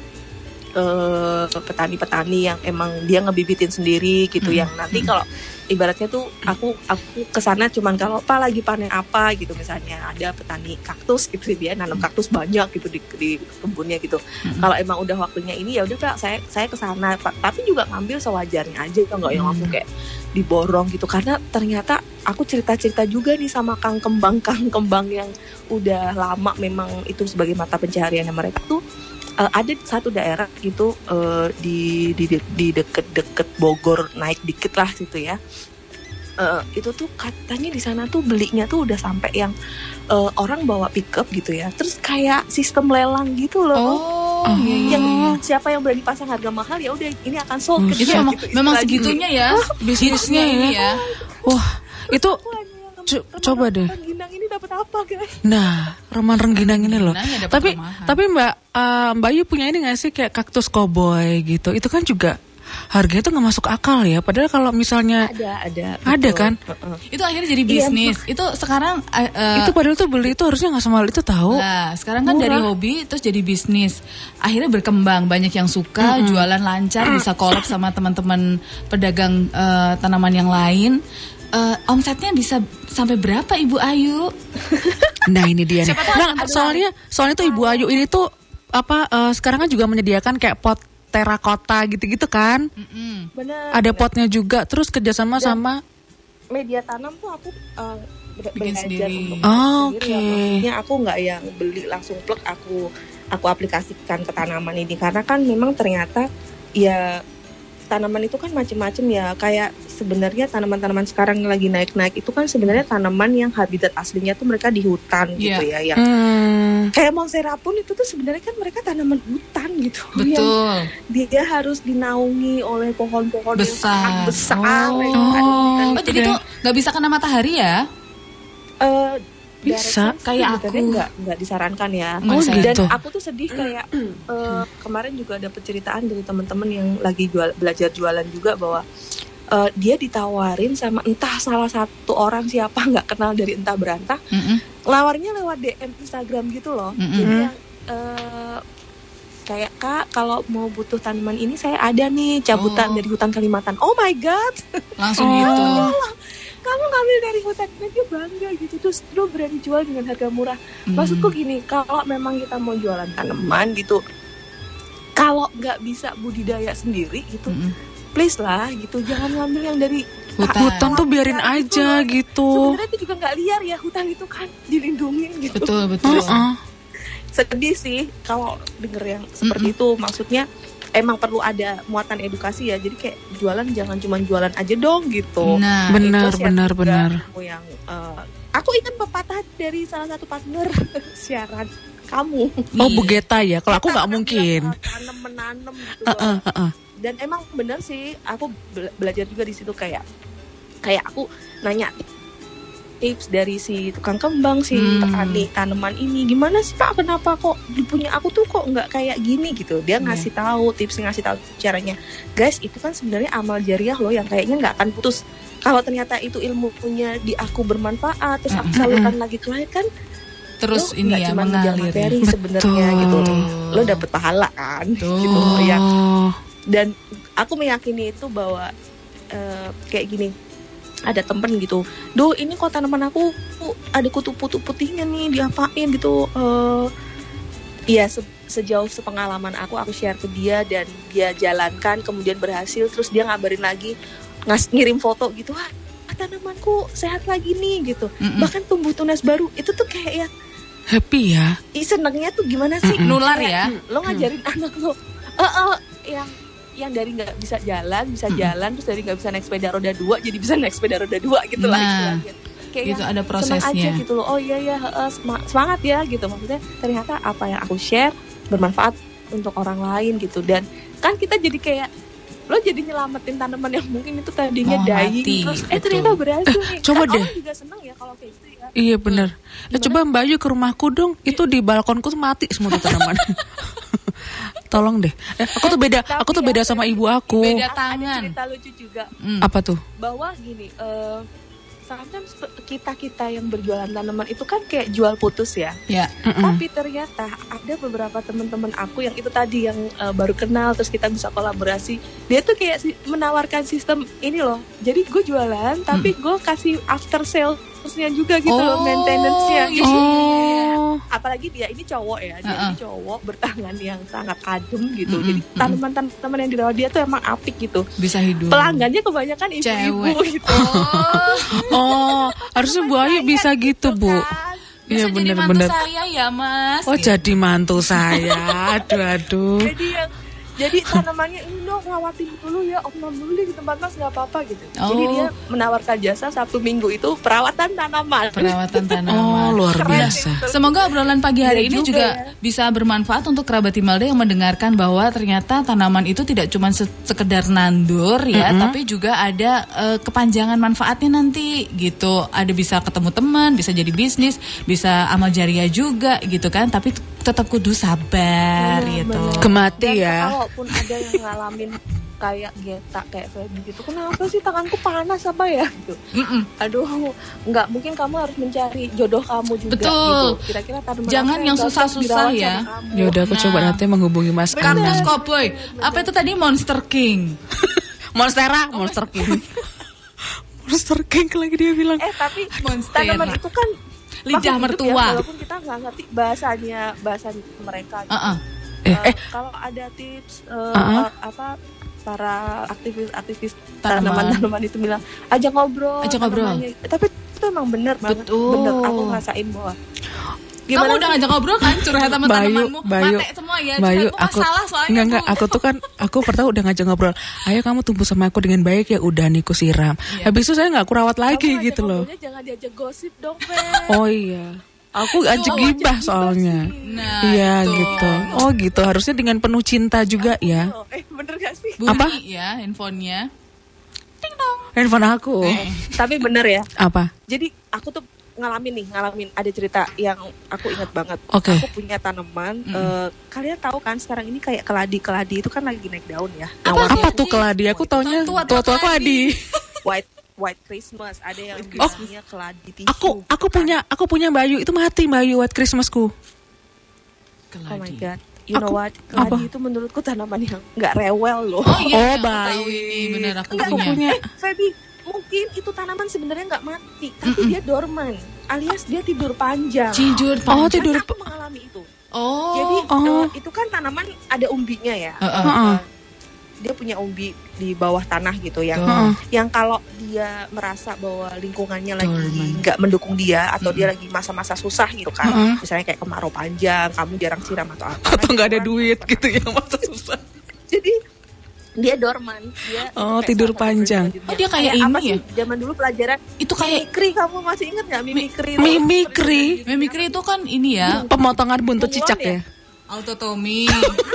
Speaker 3: Uh, petani-petani yang emang dia ngebibitin sendiri gitu, hmm. yang nanti kalau ibaratnya tuh aku aku kesana cuman kalau apa lagi panen apa gitu, misalnya ada petani kaktus gitu, dia nanam kaktus banyak gitu di, di kebunnya gitu. Hmm. Kalau emang udah waktunya ini ya udah Kak, saya saya kesana, tapi juga ngambil sewajarnya aja, nggak yang langsung kayak diborong gitu, karena ternyata aku cerita-cerita juga nih sama kang kembang kang kembang yang udah lama memang itu sebagai mata pencahariannya mereka tuh. Uh, ada satu daerah gitu uh, di di di deket-deket Bogor, naik dikit lah gitu ya. Uh, itu tuh katanya di sana tuh belinya tuh udah sampai yang uh, orang bawa pickup gitu ya. Terus kayak sistem lelang gitu loh.
Speaker 1: Oh,
Speaker 3: yang
Speaker 1: iya.
Speaker 3: Siapa yang berani pasang harga mahal ya udah ini akan sold.
Speaker 1: Itu memang, gitu, memang segitunya ya bisnisnya ini ya.
Speaker 2: Wah, itu Co- coba deh.
Speaker 3: Rengginang ini dapat apa guys?
Speaker 2: Nah, reman rengginang ini loh. Tapi remahan. Tapi Mbak uh, Mbak Yu punya ini nggak sih kayak kaktus koboi gitu? Itu kan juga harganya tuh nggak masuk akal ya. Padahal kalau misalnya
Speaker 3: ada ada
Speaker 2: ada kan?
Speaker 1: Uh-uh. Itu akhirnya jadi bisnis. Iya, itu sekarang uh,
Speaker 2: itu padahal tuh beli itu harusnya nggak semahal itu tahu.
Speaker 1: Nah, sekarang kan murah. Dari hobi terus jadi bisnis. Akhirnya berkembang, banyak yang suka, mm-hmm. jualan lancar, bisa collab sama teman-teman pedagang uh, tanaman yang lain. Uh, omsetnya bisa sampai berapa Ibu Ayu?
Speaker 2: Nah ini dia nih. Nah, soalnya soalnya tuh Ibu Ayu ini tuh apa uh, sekarang kan juga menyediakan kayak pot terakota gitu-gitu kan?
Speaker 3: Benar.
Speaker 2: Ada
Speaker 3: bener.
Speaker 2: Potnya juga, terus kerjasama dan sama
Speaker 3: media tanam tuh aku uh,
Speaker 1: bikin sendiri.
Speaker 2: Oh, oke. Okay.
Speaker 3: Ya, aku nggak yang beli langsung plug, aku aku aplikasikan ke tanaman ini karena kan memang ternyata ya tanaman itu kan macam-macam ya, kayak sebenarnya tanaman-tanaman sekarang yang lagi naik-naik itu kan sebenarnya tanaman yang habitat aslinya tuh mereka di hutan yeah. gitu ya, yang
Speaker 2: hmm.
Speaker 3: kayak Monstera pun itu tuh sebenarnya kan mereka tanaman hutan gitu.
Speaker 1: Betul.
Speaker 3: Yang dia harus dinaungi oleh pohon-pohon
Speaker 1: besar,
Speaker 3: yang besar.
Speaker 1: Oh,
Speaker 3: gitu kan.
Speaker 1: oh okay. Jadi tuh nggak bisa kena matahari ya?
Speaker 3: Uh,
Speaker 2: bisa
Speaker 3: kayak aku nggak nggak disarankan ya.
Speaker 2: Oh,
Speaker 3: dan
Speaker 2: gitu.
Speaker 3: aku tuh sedih kayak uh, kemarin juga ada penceritaan dari teman-teman yang lagi jual, belajar jualan juga bahwa uh, dia ditawarin sama entah salah satu orang siapa nggak kenal dari entah berantah, mm-hmm. lawarnya lewat D M Instagram gitu loh. Mm-hmm. Jadi yang uh, kayak Kak kalau mau butuh tanaman ini saya ada nih cabutan oh. dari hutan Kalimantan. Oh my god,
Speaker 1: langsung
Speaker 3: oh.
Speaker 1: gitu.
Speaker 3: Kamu ngambil dari hutan, dia bangga gitu, terus lu berani jual dengan harga murah. Hmm. Maksudku gini, kalau memang kita mau jualan tanaman gitu, kalau nggak bisa budidaya sendiri gitu, hmm. please lah gitu, jangan ngambil yang dari
Speaker 2: hutan, hutan tuh biarin aja itu, gitu.
Speaker 3: Sebenarnya itu juga nggak liar ya, hutan itu kan dilindungin gitu.
Speaker 1: Betul betul.
Speaker 2: Uh-uh.
Speaker 3: Sedih sih kalau denger yang seperti mm-hmm. itu. Maksudnya emang perlu ada muatan edukasi ya. Jadi kayak jualan jangan cuma jualan aja dong gitu.
Speaker 1: Nah,
Speaker 2: benar benar benar.
Speaker 3: Yang uh, aku ingat pepatah dari salah satu partner siaran kamu.
Speaker 2: Oh, Bu Geta ya. Kalau aku nggak mungkin.
Speaker 3: Tanam menanam gitu.
Speaker 2: Uh-uh, uh-uh.
Speaker 3: Dan emang benar sih, aku be- belajar juga di situ kayak kayak aku nanya tips dari si tukang kembang, si hmm. petani tanaman ini, gimana sih Pak, kenapa kok di punya aku tuh kok nggak kayak gini gitu. Dia ngasih yeah. tahu tips, ngasih tahu caranya. Guys, itu kan sebenarnya amal jariah loh yang kayaknya nggak akan putus. Kalau ternyata itu ilmunya di aku bermanfaat, terus aku salurkan lagi ke lain kan,
Speaker 1: terus
Speaker 3: lo
Speaker 1: ini ya mengalir
Speaker 3: materi sebenarnya gitu. Lo dapet pahala kan,
Speaker 2: Betul.
Speaker 3: gitu ya. Dan aku meyakini itu bahwa uh, kayak gini. Ada temen gitu, duh ini kok tanaman aku ada kutu putih-putihnya nih, diapain gitu. uh, Ya se- sejauh sepengalaman aku, aku share ke dia dan dia jalankan, kemudian berhasil. Terus dia ngabarin lagi, ngas- ngirim foto gitu, wah tanamanku sehat lagi nih gitu. Mm-mm. Bahkan tumbuh tunas baru. Itu tuh kayak yang
Speaker 2: happy ya.
Speaker 3: Ih, senengnya tuh gimana sih?
Speaker 1: Mm-mm. Nular ya.
Speaker 3: Lo ngajarin mm. anak lo, uh, uh, yang yang dari nggak bisa jalan bisa hmm. jalan, terus dari nggak bisa naik sepeda roda dua jadi bisa naik sepeda roda dua gitu lah
Speaker 1: nah,
Speaker 3: istilahnya. Kayak
Speaker 1: gitu ada prosesnya
Speaker 3: aja gitu loh. Oh iya ya uh, semangat ya gitu. Maksudnya ternyata apa yang aku share bermanfaat untuk orang lain gitu. Dan kan kita jadi kayak lo jadi nyelamatin tanaman yang mungkin itu tadinya
Speaker 1: oh,
Speaker 3: dying
Speaker 1: mati,
Speaker 3: terus
Speaker 1: betul.
Speaker 3: eh ternyata berhasil nih.
Speaker 2: Coba
Speaker 3: kan
Speaker 2: deh.
Speaker 3: Orang juga seneng ya kalau kayak gitu ya.
Speaker 2: Iya benar. Eh, coba Mbak Ayu ke rumahku dong. Itu di balkonku tuh mati semua tuh tanaman. Tolong deh. Eh, aku tuh beda. Tapi aku tuh beda ya, sama ibu aku.
Speaker 1: Beda tangan.
Speaker 3: Ada cerita lucu juga.
Speaker 1: Hmm.
Speaker 2: Apa tuh?
Speaker 3: Bahwa gini, uh, sometimes kita-kita yang berjualan tanaman itu kan kayak jual putus ya.
Speaker 1: Ya.
Speaker 3: Tapi ternyata ada beberapa teman-teman aku yang itu tadi yang uh, baru kenal, terus kita bisa kolaborasi. Dia tuh kayak si- menawarkan sistem ini loh. Jadi gue jualan, tapi mm. gue kasih after sales-nya juga gitu
Speaker 1: oh,
Speaker 3: loh, maintenance-nya. Gitu.
Speaker 2: Oh.
Speaker 3: Apalagi dia ini cowok ya, dia
Speaker 1: uh-uh.
Speaker 3: ini cowok bertangan yang sangat adem gitu.
Speaker 1: Mm-mm.
Speaker 3: Jadi tanaman-tanaman yang dirawat dia tuh emang apik gitu.
Speaker 1: Bisa hidup.
Speaker 3: Pelanggannya kebanyakan ibu-ibu
Speaker 1: cewek
Speaker 3: gitu.
Speaker 2: Oh, oh harusnya Bu Ayu bisa gitu, Bu.
Speaker 3: Kan.
Speaker 1: Bisa
Speaker 2: Iya
Speaker 1: jadi mantu
Speaker 2: bener-bener.
Speaker 1: saya ya Mas.
Speaker 2: Oh
Speaker 1: gitu.
Speaker 2: jadi mantu saya. Aduh aduh.
Speaker 3: Jadi yang jadi tanamannya ini dong ngawatin dulu ya, om-om dulu di tempat Mas nggak apa-apa gitu.
Speaker 1: Oh.
Speaker 3: Jadi dia menawarkan jasa Sabtu Minggu itu perawatan tanaman.
Speaker 1: Perawatan
Speaker 2: Oh
Speaker 1: tanaman.
Speaker 2: luar
Speaker 3: Keren
Speaker 2: biasa.
Speaker 3: itu.
Speaker 1: Semoga obrolan pagi hari
Speaker 3: Iya
Speaker 1: ini
Speaker 3: juga
Speaker 1: juga
Speaker 3: ya.
Speaker 1: bisa bermanfaat untuk kerabat Imelda yang mendengarkan bahwa ternyata tanaman itu tidak cuma se- sekedar nandur ya,
Speaker 2: Mm-hmm.
Speaker 1: tapi juga ada uh, kepanjangan manfaatnya nanti gitu. Ada bisa ketemu teman, bisa jadi bisnis, bisa amal jariah juga gitu kan, tapi t- tetap kudu sabar
Speaker 3: Bener,
Speaker 1: gitu.
Speaker 3: bener.
Speaker 2: Kemati
Speaker 3: Dan
Speaker 2: ya.
Speaker 3: kalaupun ada yang ngalamin kayak Geta, kayak Feby gitu, kenapa sih tanganku panas apa ya gitu.
Speaker 1: Mm-mm.
Speaker 3: Aduh, nggak mungkin kamu harus mencari jodoh kamu juga.
Speaker 1: Betul.
Speaker 3: Gitu. Kira-kira tanaman
Speaker 1: Jangan
Speaker 3: apa
Speaker 1: yang
Speaker 3: cocok
Speaker 1: susah-susah
Speaker 3: dirawat
Speaker 1: ya.
Speaker 3: sama kamu.
Speaker 2: Ya udah aku
Speaker 1: Nah.
Speaker 2: coba nanti menghubungi Mas
Speaker 1: Kan
Speaker 2: Anang.
Speaker 1: terus Cowboy. Apa itu tadi Monster King?
Speaker 2: Monstera, Monster King. Monster King lagi dia bilang.
Speaker 3: Eh tapi
Speaker 1: Monstera.
Speaker 3: tanaman itu kan
Speaker 1: Lidah
Speaker 3: makhluk hidup
Speaker 1: mertua.
Speaker 3: ya, walaupun kita nggak ngerti bahasanya bahasa mereka. Gitu.
Speaker 1: Uh-uh.
Speaker 3: Uh,
Speaker 2: Eh, eh.
Speaker 3: Kalau ada tips uh,
Speaker 2: Uh-uh.
Speaker 3: apa para aktivis-aktivis
Speaker 1: Tanaman.
Speaker 3: tanaman-tanaman itu bilang aja ngobrol,
Speaker 1: Ajak ngobrol.
Speaker 3: tanamannya. Tapi itu emang benar banget.
Speaker 1: Betul.
Speaker 3: Bener, aku ngerasain bahwa
Speaker 1: Kamu udah ngajak ngobrol kan curhat sama
Speaker 2: Bayu,
Speaker 1: tanamanmu.
Speaker 2: Bayu,
Speaker 1: Mate semua ya.
Speaker 2: Bayu,
Speaker 1: Curhatmu
Speaker 2: aku
Speaker 1: masalah soalnya.
Speaker 2: enggak enggak,
Speaker 1: Bu.
Speaker 2: aku tuh kan aku pertama udah ngajak ngobrol. Ayo kamu tumbuh sama aku dengan baik ya, udah nih ku siram.
Speaker 1: Iya.
Speaker 2: Habis itu saya nggak kurawat lagi
Speaker 3: kamu ngajak
Speaker 2: gitu loh.
Speaker 3: ngobrolnya jangan diajak gosip dong, Fer.
Speaker 2: Oh iya. Aku ajak
Speaker 3: Oh,
Speaker 2: gibah
Speaker 3: ajak
Speaker 2: soalnya.
Speaker 3: gibah sih.
Speaker 1: Nah,
Speaker 2: Iya
Speaker 1: itu.
Speaker 2: gitu. Oh gitu, harusnya dengan penuh cinta juga ya.
Speaker 3: Oh, eh bener gak sih?
Speaker 1: Bunyi
Speaker 2: Apa?
Speaker 1: ya handphonenya. Ting dong.
Speaker 2: Handphone aku.
Speaker 1: Eh.
Speaker 3: Tapi bener ya.
Speaker 2: Apa?
Speaker 3: Jadi aku tuh ngalamin nih, ngalamin ada cerita yang aku ingat banget.
Speaker 2: Oke.
Speaker 3: Aku punya tanaman.
Speaker 1: Mm.
Speaker 3: eh, kalian tahu kan sekarang ini kayak keladi-keladi itu kan lagi naik daun ya.
Speaker 1: Apa
Speaker 3: Nawar-
Speaker 2: Apa tuh keladi? Aku taunya
Speaker 1: Tua-tua
Speaker 2: tua-tua keladi.
Speaker 3: White White Christmas, ada yang
Speaker 2: Oh.
Speaker 3: biasanya keladi tisu.
Speaker 2: Aku aku punya aku punya Bayu itu mati Bayu White Christmasku.
Speaker 3: Oh my god. You know
Speaker 2: Aku-
Speaker 3: what? Keladi
Speaker 2: apa?
Speaker 3: itu menurutku tanaman yang nggak rewel loh.
Speaker 1: Oh iya,
Speaker 2: Oh,
Speaker 1: aku tahu
Speaker 2: baik.
Speaker 1: ini benar aku
Speaker 3: Enggak,
Speaker 2: Aku
Speaker 1: punya.
Speaker 2: punya.
Speaker 3: Eh, Feby, mungkin itu tanaman sebenarnya nggak mati, tapi dia dorman, alias dia tidur panjang.
Speaker 1: Cidur
Speaker 2: Oh,
Speaker 1: panjang.
Speaker 2: tidur
Speaker 3: Karena aku
Speaker 2: pa-
Speaker 3: mengalami itu.
Speaker 1: Oh.
Speaker 3: Jadi
Speaker 2: Oh.
Speaker 3: eh, itu kan tanaman ada umbinya ya.
Speaker 1: Heeh.
Speaker 2: Heeh.
Speaker 3: dia punya umbi di bawah tanah gitu yang
Speaker 2: uh.
Speaker 3: yang kalau dia merasa bahwa lingkungannya lagi nggak mendukung dia atau uh. dia lagi masa-masa susah gitu kan, uh. misalnya kayak kemarau panjang, kamu jarang siram atau apa,
Speaker 2: atau nggak ada duit gitu ya masa susah.
Speaker 3: Jadi dia dorman, dia
Speaker 2: oh tidur panjang.
Speaker 1: Oh dia kayak, kayak ini ya?
Speaker 3: Zaman dulu pelajaran
Speaker 1: itu kayak
Speaker 3: mimikri, kamu masih ingat nggak mimikri?
Speaker 2: Mimikri,
Speaker 1: mimikri itu kan ini ya,
Speaker 2: pemotongan buntut cicak ya?
Speaker 1: Autotomi.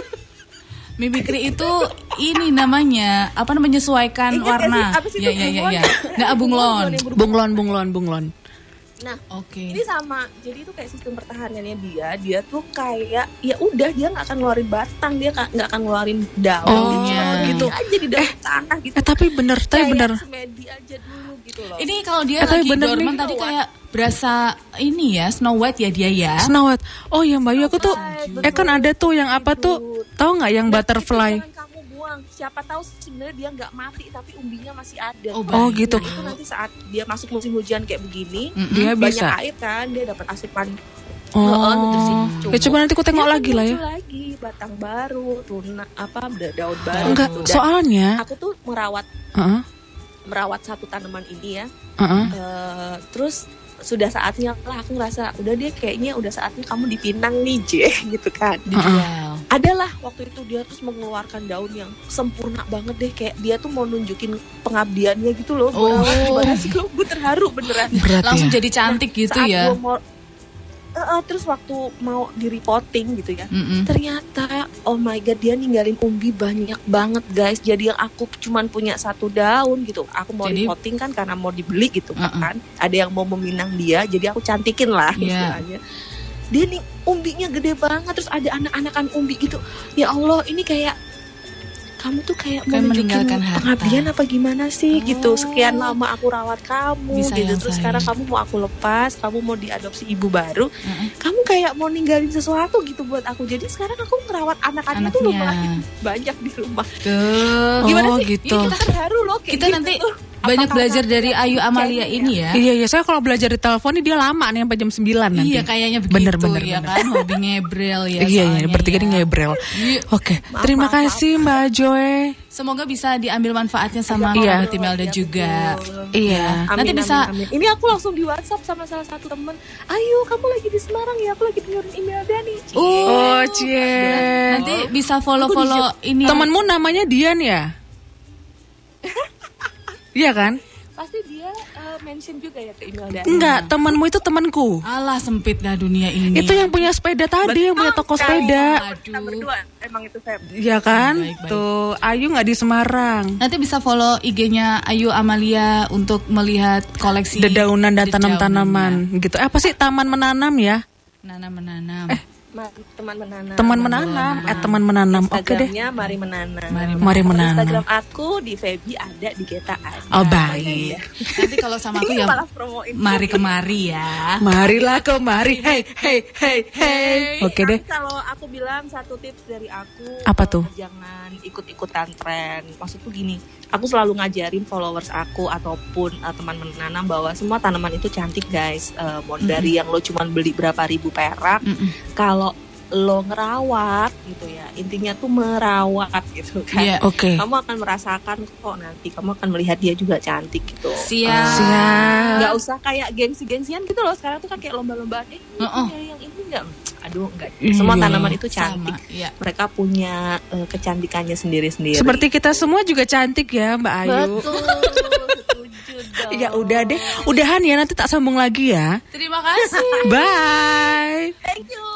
Speaker 1: Mimikri itu ini namanya apa namanya menyesuaikan warna.
Speaker 3: Ya
Speaker 1: ya ya ya. Nggak bunglon.
Speaker 2: Bunglon bunglon bunglon.
Speaker 3: Nah,
Speaker 1: oke. Okay.
Speaker 3: Ini sama. Jadi itu kayak sistem pertahanannya dia. Dia tuh kayak ya udah dia nggak akan ngeluarin batang, dia nggak akan ngeluarin daun.
Speaker 2: Oh,
Speaker 3: dia cuma
Speaker 2: gitu.
Speaker 3: Aja di dalam
Speaker 2: eh,
Speaker 3: tanah gitu.
Speaker 2: Eh tapi bener, tapi bener.
Speaker 3: Semedi aja dulu gitu loh.
Speaker 1: Ini kalau dia eh, lagi dorman tadi kayak berasa ini ya Snow White ya dia ya.
Speaker 2: Snow White. Oh ya Mbak Yu, aku tuh betul. eh kan ada tuh yang apa tuh? Tahu nggak yang butterfly?
Speaker 3: Siapa tahu sebenarnya dia nggak mati tapi umbinya masih ada.
Speaker 2: Oh, oh gitu.
Speaker 3: Nah, itu nanti saat dia masuk musim hujan kayak begini,
Speaker 2: mm-hmm. dia
Speaker 3: banyak
Speaker 2: bisa.
Speaker 3: air kan, dia dapat asupan.
Speaker 2: Oh, oh ya coba nanti aku tengok dia lagi lah ya.
Speaker 3: Lagi batang baru, tuna apa daun baru.
Speaker 2: Enggak,
Speaker 3: gitu.
Speaker 2: soalnya
Speaker 3: aku tuh merawat,
Speaker 2: uh-uh.
Speaker 3: merawat satu tanaman ini ya.
Speaker 2: Uh-uh.
Speaker 3: Uh, terus sudah saatnya lah aku ngerasa udah dia kayaknya udah saatnya kamu dipinang nih J gitu kan.
Speaker 1: Uh-uh.
Speaker 3: Adalah waktu itu dia terus mengeluarkan daun yang sempurna banget deh, kayak dia tuh mau nunjukin pengabdiannya gitu loh.
Speaker 1: Oh,
Speaker 3: gimana sih lo, gue terharu beneran.
Speaker 1: Berat langsung ya? Jadi cantik nah, gitu ya.
Speaker 3: Mau, uh, uh, terus waktu mau di repotting gitu ya,
Speaker 1: mm-mm.
Speaker 3: ternyata oh my god dia ninggalin umbi banyak banget guys. Jadi yang aku cuman punya satu daun gitu, aku mau jadi, repotting kan karena mau dibeli gitu uh-uh. kan. Ada yang mau meminang dia, jadi aku cantikin lah
Speaker 1: yeah.
Speaker 3: istilahnya. Dia nih umbinya gede banget, terus ada anak-anakan umbi gitu. Ya Allah, ini kayak kamu tuh kayak, kayak mau nunjukin pengabdian apa gimana sih oh. gitu. Sekian lama aku rawat kamu
Speaker 1: bisa
Speaker 3: gitu, terus sekarang kamu mau aku lepas, kamu mau diadopsi ibu baru, uh-uh. kamu kayak mau ninggalin sesuatu gitu buat aku. Jadi sekarang aku ngerawat anak-anaknya tuh lumayan banyak di rumah.
Speaker 1: Tuh.
Speaker 3: Gimana
Speaker 2: oh,
Speaker 3: sih?
Speaker 2: Gitu.
Speaker 3: Ya, kita terharu loh kayak
Speaker 1: kita
Speaker 3: gitu
Speaker 1: nanti
Speaker 3: tuh.
Speaker 1: Banyak apakah belajar dari Ayu Amalia ini ya.
Speaker 2: Iya, iya, saya kalau belajar di telepon nih dia lama nih sampai jam sembilan nanti.
Speaker 1: Iya, kayaknya begitu
Speaker 2: bener, bener,
Speaker 1: ya
Speaker 2: bener.
Speaker 1: kan, hobi ngebrel ya.
Speaker 2: Iya, iya, bertiga
Speaker 1: ya.
Speaker 2: nih ngebrel. Oke, okay. Terima maaf, kasih maaf. Mbak Joy.
Speaker 1: Semoga bisa diambil manfaatnya sama
Speaker 2: iya.
Speaker 1: Mbak Imelda
Speaker 3: iya,
Speaker 1: juga.
Speaker 3: Betul.
Speaker 2: Iya.
Speaker 3: Amin,
Speaker 1: nanti bisa.
Speaker 3: Amin, amin. Ini aku langsung di WhatsApp sama salah satu temen. Ayo, kamu lagi di Semarang ya? Aku lagi dengerin Imelda nih.
Speaker 2: Cie. Oh, cie.
Speaker 1: Nanti bisa follow-follow ini.
Speaker 2: Temenmu namanya Dian ya? Iya kan?
Speaker 3: Pasti dia uh, mention juga ya ke Imelda.
Speaker 2: Enggak, temanmu itu temanku.
Speaker 1: Alah, sempit dah dunia ini.
Speaker 2: Itu yang punya sepeda tadi, betul, yang punya toko sepeda.
Speaker 3: Kita berdua emang itu saya.
Speaker 2: Iya kan?
Speaker 1: Baik, baik.
Speaker 2: Tuh, Ayu nggak di Semarang.
Speaker 1: Nanti bisa follow I G-nya Ayu Amalia untuk melihat koleksi
Speaker 2: dedaunan dan tanam-tanaman gitu. Eh, apa sih taman menanam ya?
Speaker 1: Nanam-menanam.
Speaker 3: Eh. Teman menanam.
Speaker 2: Teman menanam. Eh teman menanam. Oke deh.
Speaker 3: Instagramnya Mari Menanam.
Speaker 1: Mari,
Speaker 2: Mari Menanam.
Speaker 3: Instagram aku di Feby ada, di Geta ada.
Speaker 2: Oh baik.
Speaker 1: Nanti kalau sama aku ya mari kemari ya.
Speaker 2: Marilah kemari. Hey hey hey hey. Oke deh.
Speaker 3: Kalau aku bilang satu tips dari aku.
Speaker 2: Apa tuh?
Speaker 3: Jangan ikut-ikutan tren. Maksudku gini. Aku selalu ngajarin followers aku ataupun uh, teman menanam bahwa semua tanaman itu cantik guys. Uh, mau dari mm-hmm. yang lo cuman beli berapa ribu perak, mm-hmm. kalau lo ngerawat gitu ya, intinya tuh merawat gitu kan.
Speaker 1: Yeah,
Speaker 2: okay.
Speaker 3: Kamu akan merasakan kok nanti, kamu akan melihat dia juga cantik gitu.
Speaker 1: Siap.
Speaker 3: Uh,
Speaker 2: Siap.
Speaker 3: Gak usah kayak gengsi-gengsian gitu loh. Sekarang tuh kan kayak lomba-lombaan. Eh,
Speaker 1: uh-uh.
Speaker 3: yang ini enggak. Aduh, enggak. Semua
Speaker 2: iya,
Speaker 3: tanaman itu cantik.
Speaker 1: Sama, iya.
Speaker 3: Mereka punya uh, kecantikannya sendiri-sendiri.
Speaker 2: Seperti kita semua juga cantik ya, Mbak Ayu.
Speaker 3: Betul. Setuju dong.
Speaker 2: Ya udah deh. Udahan ya, nanti tak sambung lagi ya.
Speaker 1: Terima kasih.
Speaker 2: Bye.
Speaker 3: Thank you.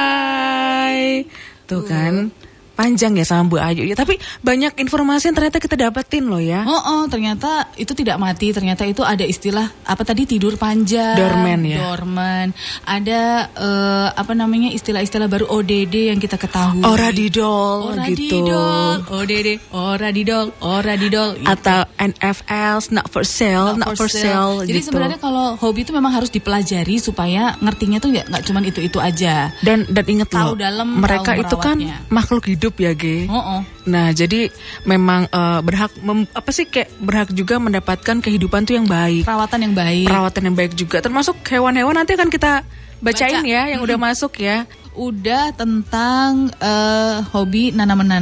Speaker 2: Bye. Tuh kan. Panjang ya sama Bu Ayu ya, tapi banyak informasi yang ternyata kita dapetin loh ya.
Speaker 1: Oh, oh ternyata itu tidak mati, ternyata itu ada istilah apa tadi tidur panjang,
Speaker 2: dorman ya.
Speaker 1: Dorman. Ada uh, apa namanya istilah-istilah baru O D D yang kita ketahui.
Speaker 2: Oradidol, gitu.
Speaker 1: Oradidol, O D D, oradidol, oradidol. Gitu.
Speaker 2: Atau N F L, not for sale, not, not for sale.
Speaker 1: Jadi
Speaker 2: gitu.
Speaker 1: sebenarnya kalau hobi itu memang harus dipelajari supaya ngertinya tuh nggak cuman itu-itu aja.
Speaker 2: Dan dan inget
Speaker 1: tahu
Speaker 2: loh,
Speaker 1: dalam,
Speaker 2: mereka
Speaker 1: tahu
Speaker 2: itu kan makhluk hidup ya Ge.
Speaker 1: Oh, oh.
Speaker 2: Nah jadi memang uh, berhak mem, apa sih kayak berhak juga mendapatkan kehidupan tuh yang baik,
Speaker 1: perawatan yang baik,
Speaker 2: perawatan yang baik juga. Termasuk hewan-hewan nanti akan kita bacain Baca. ya yang hmm. udah masuk ya.
Speaker 1: Udah tentang uh, hobi nanam menanam.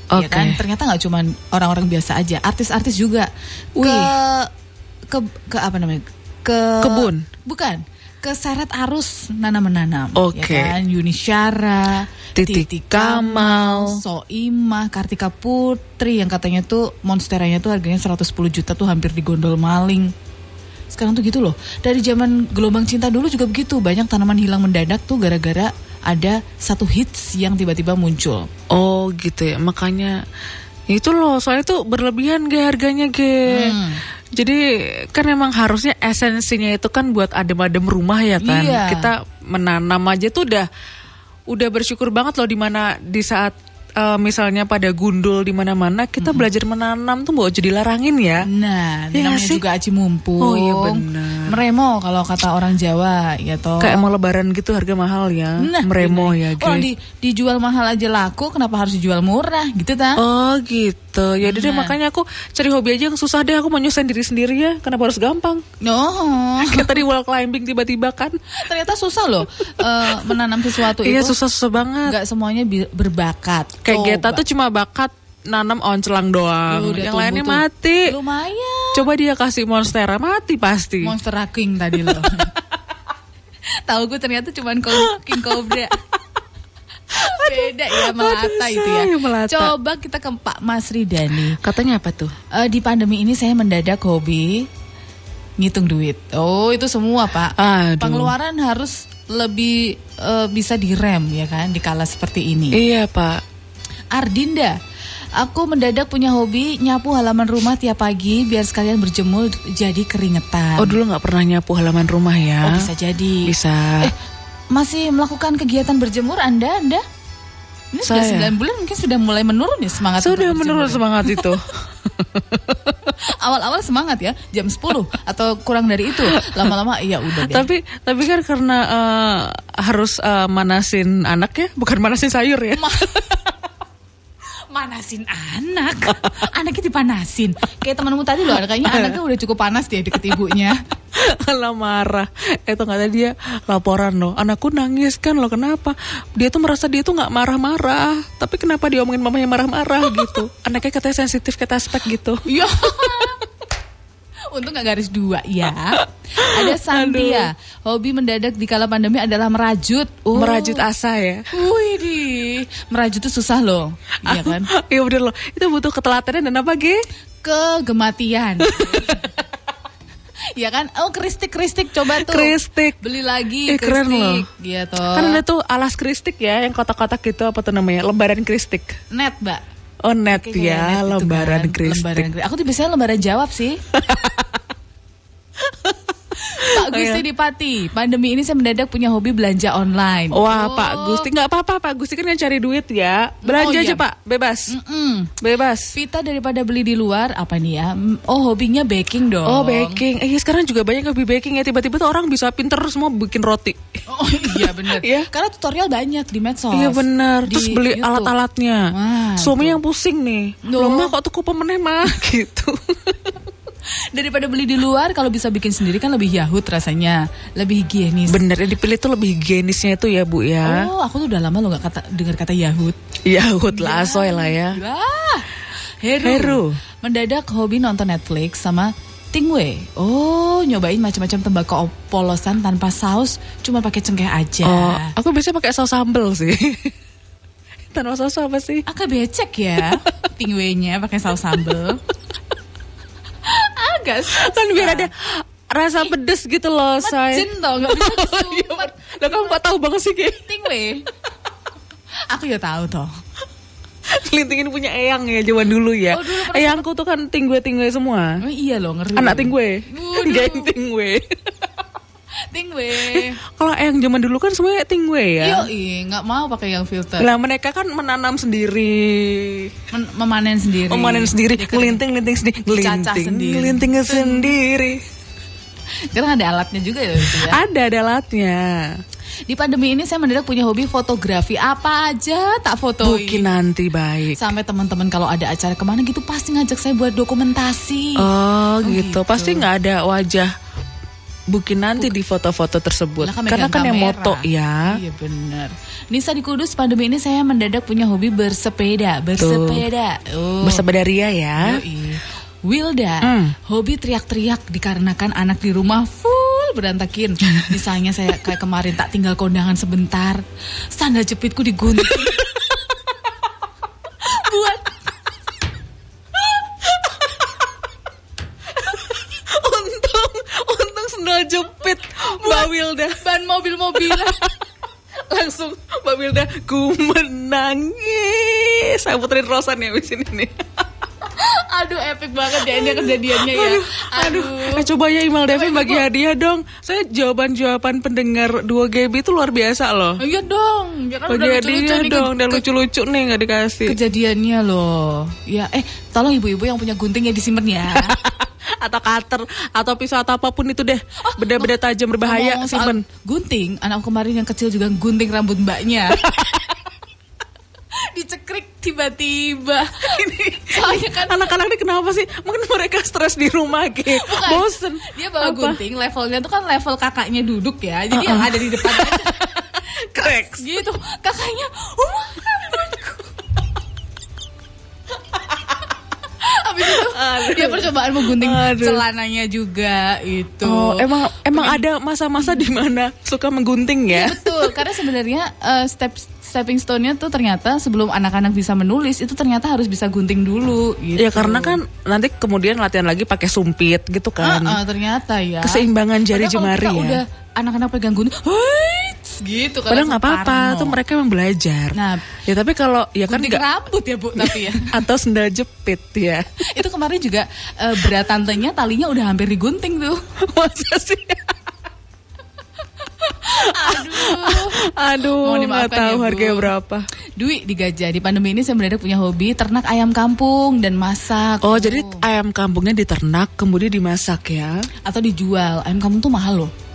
Speaker 2: Okay.
Speaker 1: Ya kan? Ternyata nggak cuma orang-orang biasa aja, artis-artis juga
Speaker 2: Wih.
Speaker 1: ke ke ke apa namanya? Ke
Speaker 2: kebun.
Speaker 1: Bukan. Keseret arus nanam-menanam.
Speaker 2: Oke.
Speaker 1: Ya kan? Yuni Syara,
Speaker 2: Titi
Speaker 1: Titi
Speaker 2: Kamal,
Speaker 1: Kamal, Soimah, Kartika Putri yang katanya tuh monsteranya tuh harganya seratus sepuluh juta tuh hampir digondol maling. Sekarang tuh gitu loh. Dari zaman gelombang cinta dulu juga begitu. Banyak tanaman hilang mendadak tuh gara-gara ada satu hits yang tiba-tiba muncul.
Speaker 2: Oh gitu ya. Makanya itu loh, soalnya tuh berlebihan ge harganya ge. Hmm. Jadi kan memang harusnya esensinya itu kan buat adem-adem rumah ya kan.
Speaker 1: Iya.
Speaker 2: Kita menanam aja tuh udah udah bersyukur banget loh, dimana di saat uh, misalnya pada gundul di mana-mana kita mm-hmm. belajar menanam tuh mau jadi larangin ya.
Speaker 1: Nah,
Speaker 2: ya
Speaker 1: namanya juga aci mumpung.
Speaker 2: Oh iya benar.
Speaker 1: Meremo kalau kata orang Jawa ya toh.
Speaker 2: Kayak mau lebaran gitu harga mahal ya. Nah, meremo ya.
Speaker 1: Oh di, dijual mahal aja laku, kenapa harus dijual murah gitu ta?
Speaker 2: Oh gitu. Ya udah nah. Makanya aku cari hobi aja yang susah deh. Aku mau nyusahin diri sendiri ya. Kenapa harus gampang?
Speaker 1: Oh.
Speaker 2: Kayak tadi wall climbing tiba-tiba kan.
Speaker 1: Ternyata susah loh uh, menanam sesuatu
Speaker 2: iya,
Speaker 1: itu.
Speaker 2: Iya susah-susah banget.
Speaker 1: Gak semuanya berbakat.
Speaker 2: Kayak Geta tuh cuma bakat nanam oncelang doang. Yuh, yang lainnya tuh mati.
Speaker 1: Lumayan.
Speaker 2: Coba dia kasih monstera mati pasti.
Speaker 1: Monstera King tadi loh. Tahu gue ternyata cuma King Cobra. Beda ya, melata itu ya.
Speaker 2: Melata.
Speaker 1: Coba kita ke Pak Mas Ridani.
Speaker 2: Katanya apa tuh?
Speaker 1: Uh, di pandemi ini saya mendadak hobi ngitung duit. Oh itu semua Pak.
Speaker 2: Aduh.
Speaker 1: Pengeluaran harus lebih uh, bisa direm ya kan di kala seperti ini.
Speaker 2: Iya Pak.
Speaker 1: Ardinda, aku mendadak punya hobi nyapu halaman rumah tiap pagi biar sekalian berjemur jadi keringetan.
Speaker 2: Oh dulu nggak pernah nyapu halaman rumah ya?
Speaker 1: Oh bisa jadi.
Speaker 2: Bisa.
Speaker 1: Eh masih melakukan kegiatan berjemur Anda Anda? Ini
Speaker 2: Saya.
Speaker 1: sudah sembilan bulan mungkin sudah mulai menurun ya semangat.
Speaker 2: Sudah menurun semangat itu.
Speaker 1: Awal-awal semangat ya jam sepuluh atau kurang dari itu, lama-lama iya udah deh.
Speaker 2: Tapi tapi kan karena uh, harus uh, manasin anak ya, bukan manasin sayur ya.
Speaker 1: Manasin anak, anaknya dipanasin. Kayak temanmu tadi loh, kayaknya anaknya udah cukup panas deh deket ibunya.
Speaker 2: Lah marah. Itu kata dia laporan loh, anakku nangis kan loh, kenapa? Dia tuh merasa dia tuh nggak marah-marah, tapi kenapa dia omongin mamanya marah-marah gitu? Anaknya katanya sensitif kata aspek gitu.
Speaker 1: Iya. Untung gak garis dua ya. Ada Santia. Hobi mendadak di kala pandemi adalah merajut.
Speaker 2: Oh. Merajut asa ya.
Speaker 1: Wih di, merajut itu susah loh. Iya kan?
Speaker 2: Iya bener loh. Itu butuh ketelatenan dan apa Ge?
Speaker 1: Kegematian. Ya kan? Oh kristik-kristik coba tuh.
Speaker 2: Kristik.
Speaker 1: Beli lagi
Speaker 2: eh, keren loh.
Speaker 1: Gitu.
Speaker 2: Kan ada tuh alas kristik ya, yang kotak-kotak gitu, apa tuh namanya? Lembaran kristik.
Speaker 1: Net Mbak.
Speaker 2: Oh net
Speaker 1: Oke,
Speaker 2: ya,
Speaker 1: net
Speaker 2: lembaran
Speaker 1: kan.
Speaker 2: kristik.
Speaker 1: Lembaran, aku tuh biasanya lembaran jawab sih. Pak Gusti di Pati, pandemi ini saya mendadak punya hobi belanja online.
Speaker 2: Wah,
Speaker 1: oh.
Speaker 2: Pak Gusti, nggak apa-apa, Pak Gusti kan yang cari duit ya. Belanja oh, aja iya. Pak, bebas.
Speaker 1: Mm-mm.
Speaker 2: Bebas.
Speaker 1: Vita daripada beli di luar, apa nih ya? Oh, hobinya baking dong.
Speaker 2: Oh, baking. Eh, sekarang juga banyak hobi baking ya. Tiba-tiba tuh orang bisa pinter semua bikin roti.
Speaker 1: Oh iya benar.
Speaker 2: Ya?
Speaker 1: Karena tutorial banyak di medsos.
Speaker 2: Iya benar. Terus beli
Speaker 1: YouTube.
Speaker 2: alat-alatnya.
Speaker 1: Wah,
Speaker 2: suami yang pusing nih. Loh, mah kok tuku pemeneh mah gitu.
Speaker 1: Daripada beli di luar, kalau bisa bikin sendiri kan lebih yahut rasanya, lebih higienis.
Speaker 2: Bener, yang dipilih tuh lebih higienisnya itu ya Bu ya.
Speaker 1: Oh, aku tuh udah lama lo gak kata, dengar kata yahut.
Speaker 2: Yahut lah, asoy lah ya.
Speaker 1: Wah, Heru.
Speaker 2: Heru.
Speaker 1: Mendadak hobi nonton Netflix sama Tingwei. Oh, nyobain macam-macam tembakau polosan tanpa saus, cuma pakai cengkeh aja.
Speaker 2: Oh, aku biasanya pakai saus sambal sih. Tanpa saus apa sih?
Speaker 1: Agak becek ya, Tingwei-nya pakai saus sambal. Agak susah.
Speaker 2: Kan biar ada rasa pedes gitu loh, say.
Speaker 1: Macin tau, gak bisa disumpet.
Speaker 2: Lah kamu gak tahu banget sih, Ki?
Speaker 1: Tingwei. Aku ya tahu toh.
Speaker 2: Kelintingin punya eyang ya zaman dulu ya. Oh, dulu eyangku tuh kan tingwe-tingwe semua.
Speaker 1: Oh, iya loh, ngeri.
Speaker 2: Anak tingwe. Geng tingwe.
Speaker 1: Tingwe.
Speaker 2: Kalau eyang zaman dulu kan semuanya tingwe ya.
Speaker 1: Iya, nggak mau pakai yang filter.
Speaker 2: Lah mereka kan menanam sendiri,
Speaker 1: Men memanen sendiri.
Speaker 2: Memanen sendiri, ngelinting-linting sendiri, ngelinting, ngelinting sendiri.
Speaker 1: Sekarang ada alatnya juga ya, itu ya.
Speaker 2: Ada, ada alatnya.
Speaker 1: Di pandemi ini saya mendadak punya hobi fotografi, apa aja tak fotoin.
Speaker 2: Mungkin nanti baik.
Speaker 1: Sampai teman-teman kalau ada acara kemana gitu pasti ngajak saya buat dokumentasi.
Speaker 2: Oh, oh gitu. gitu. Pasti nggak ada wajah bukin nanti di foto-foto tersebut.
Speaker 1: Lah, kan
Speaker 2: karena kan yang
Speaker 1: kamera.
Speaker 2: moto ya.
Speaker 1: Iya benar. Nisa di Kudus, pandemi ini saya mendadak punya hobi bersepeda, bersepeda. Oh.
Speaker 2: Bersepeda ria ya.
Speaker 1: Yoi. Wilda,
Speaker 2: Mm.
Speaker 1: hobi teriak-teriak dikarenakan anak di rumah full berantakin. Misalnya saya kayak kemarin tak tinggal kondangan sebentar, sandal jepitku digunting. Buat
Speaker 2: untung, untung sendal jepit Mbak Wilda.
Speaker 1: ban mobil-mobilan.
Speaker 2: Langsung Mbak Wilda, ku menangis. Saya puterin Rosan ya di sini nih.
Speaker 1: Aduh, epic banget ya ini kejadiannya ya.
Speaker 2: Aduh, aduh. Eh, coba ya Imal Devi bagi hadiah dong. Saya jawaban-jawaban pendengar dua G B itu luar biasa loh.
Speaker 1: Oh, iya dong. Ya kan
Speaker 2: bagi
Speaker 1: udah
Speaker 2: hadiah
Speaker 1: lucu-lucu nih,
Speaker 2: dong,
Speaker 1: ke-
Speaker 2: dan
Speaker 1: ke-
Speaker 2: lucu-lucu nih nggak dikasih.
Speaker 1: kejadiannya loh. Ya, eh tolong ibu-ibu yang punya gunting ya disimpan ya.
Speaker 2: Atau cutter atau pisau atau apapun itu deh. Beda-beda tajam berbahaya
Speaker 1: Ngomong soal
Speaker 2: simpen.
Speaker 1: gunting, anak kemarin yang kecil juga gunting rambut mbaknya. Dicekrik tiba-tiba. Ini soalnya kan
Speaker 2: Anak-anak ini kenapa sih? Mungkin mereka stres di rumah gitu.
Speaker 1: bukan,
Speaker 2: Bosen.
Speaker 1: dia bawa
Speaker 2: Apa?
Speaker 1: gunting, levelnya tuh kan level kakaknya duduk ya. Jadi yang ada di depan
Speaker 2: Cracks.
Speaker 1: gitu. Kakaknya, "Oh, rambutku." Habis itu
Speaker 2: Aduh.
Speaker 1: dia percobaan menggunting
Speaker 2: Aduh.
Speaker 1: celananya juga itu.
Speaker 2: Oh, emang emang ada masa-masa di mana suka menggunting ya?
Speaker 1: Betul, karena sebenarnya uh, step stepping stone-nya tuh ternyata sebelum anak-anak bisa menulis itu ternyata harus bisa gunting dulu gitu.
Speaker 2: Ya karena kan nanti kemudian latihan lagi pakai sumpit gitu kan.
Speaker 1: Ah, ah, ternyata ya.
Speaker 2: Keseimbangan jari
Speaker 1: Padahal kalau
Speaker 2: jemari
Speaker 1: kita
Speaker 2: ya.
Speaker 1: udah anak-anak pegang gunting, "Hits!" gitu kan.
Speaker 2: Padahal nggak
Speaker 1: langsung
Speaker 2: apa-apa,
Speaker 1: parno.
Speaker 2: tuh mereka emang belajar.
Speaker 1: Nah,
Speaker 2: Ya tapi kalau ya kan
Speaker 1: gunting
Speaker 2: nggak
Speaker 1: rambut ya Bu, tapi ya.
Speaker 2: atau sendal jepit ya.
Speaker 1: Itu kemarin juga uh, berat tantenya talinya udah hampir digunting tuh.
Speaker 2: Masa sih?
Speaker 1: Aduh.
Speaker 2: Aduh,
Speaker 1: Mohon
Speaker 2: nggak
Speaker 1: dimaafkan
Speaker 2: tahu
Speaker 1: ya, Bu.
Speaker 2: harganya berapa.
Speaker 1: Dwi di Gajah, di pandemi ini saya mendadak punya hobi ternak ayam kampung dan masak.
Speaker 2: Oh, jadi ayam kampungnya diternak kemudian dimasak ya?
Speaker 1: Atau dijual. Ayam kampung tuh mahal loh.